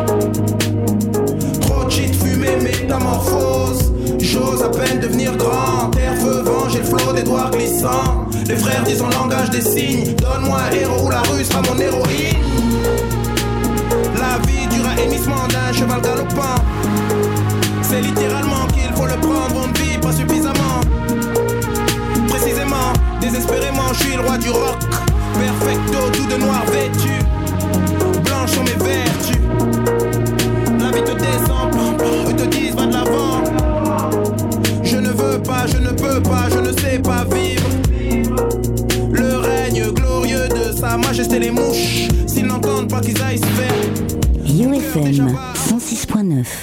Speaker 12: Métamorphose, j'ose à peine devenir grand. Terre, feu, vent, j'ai le flot des doigts glissants. Les frères disent en langage des signes. Donne-moi un héros ou la rue sera mon héroïne. La vie dure un hennissement d'un cheval galopant. C'est littéralement qu'il faut le prendre, on ne vit pas suffisamment. Précisément, désespérément, je suis le roi du rock. Perfecto, tout de noir vêtu. Blanches sont mes vertus. La vie te descend, eux te disent va de l'avant. Je ne veux pas, je ne peux pas, je ne sais pas vivre le règne glorieux de sa majesté les mouches. S'ils n'entendent pas qu'ils aillent se faire.
Speaker 6: UFM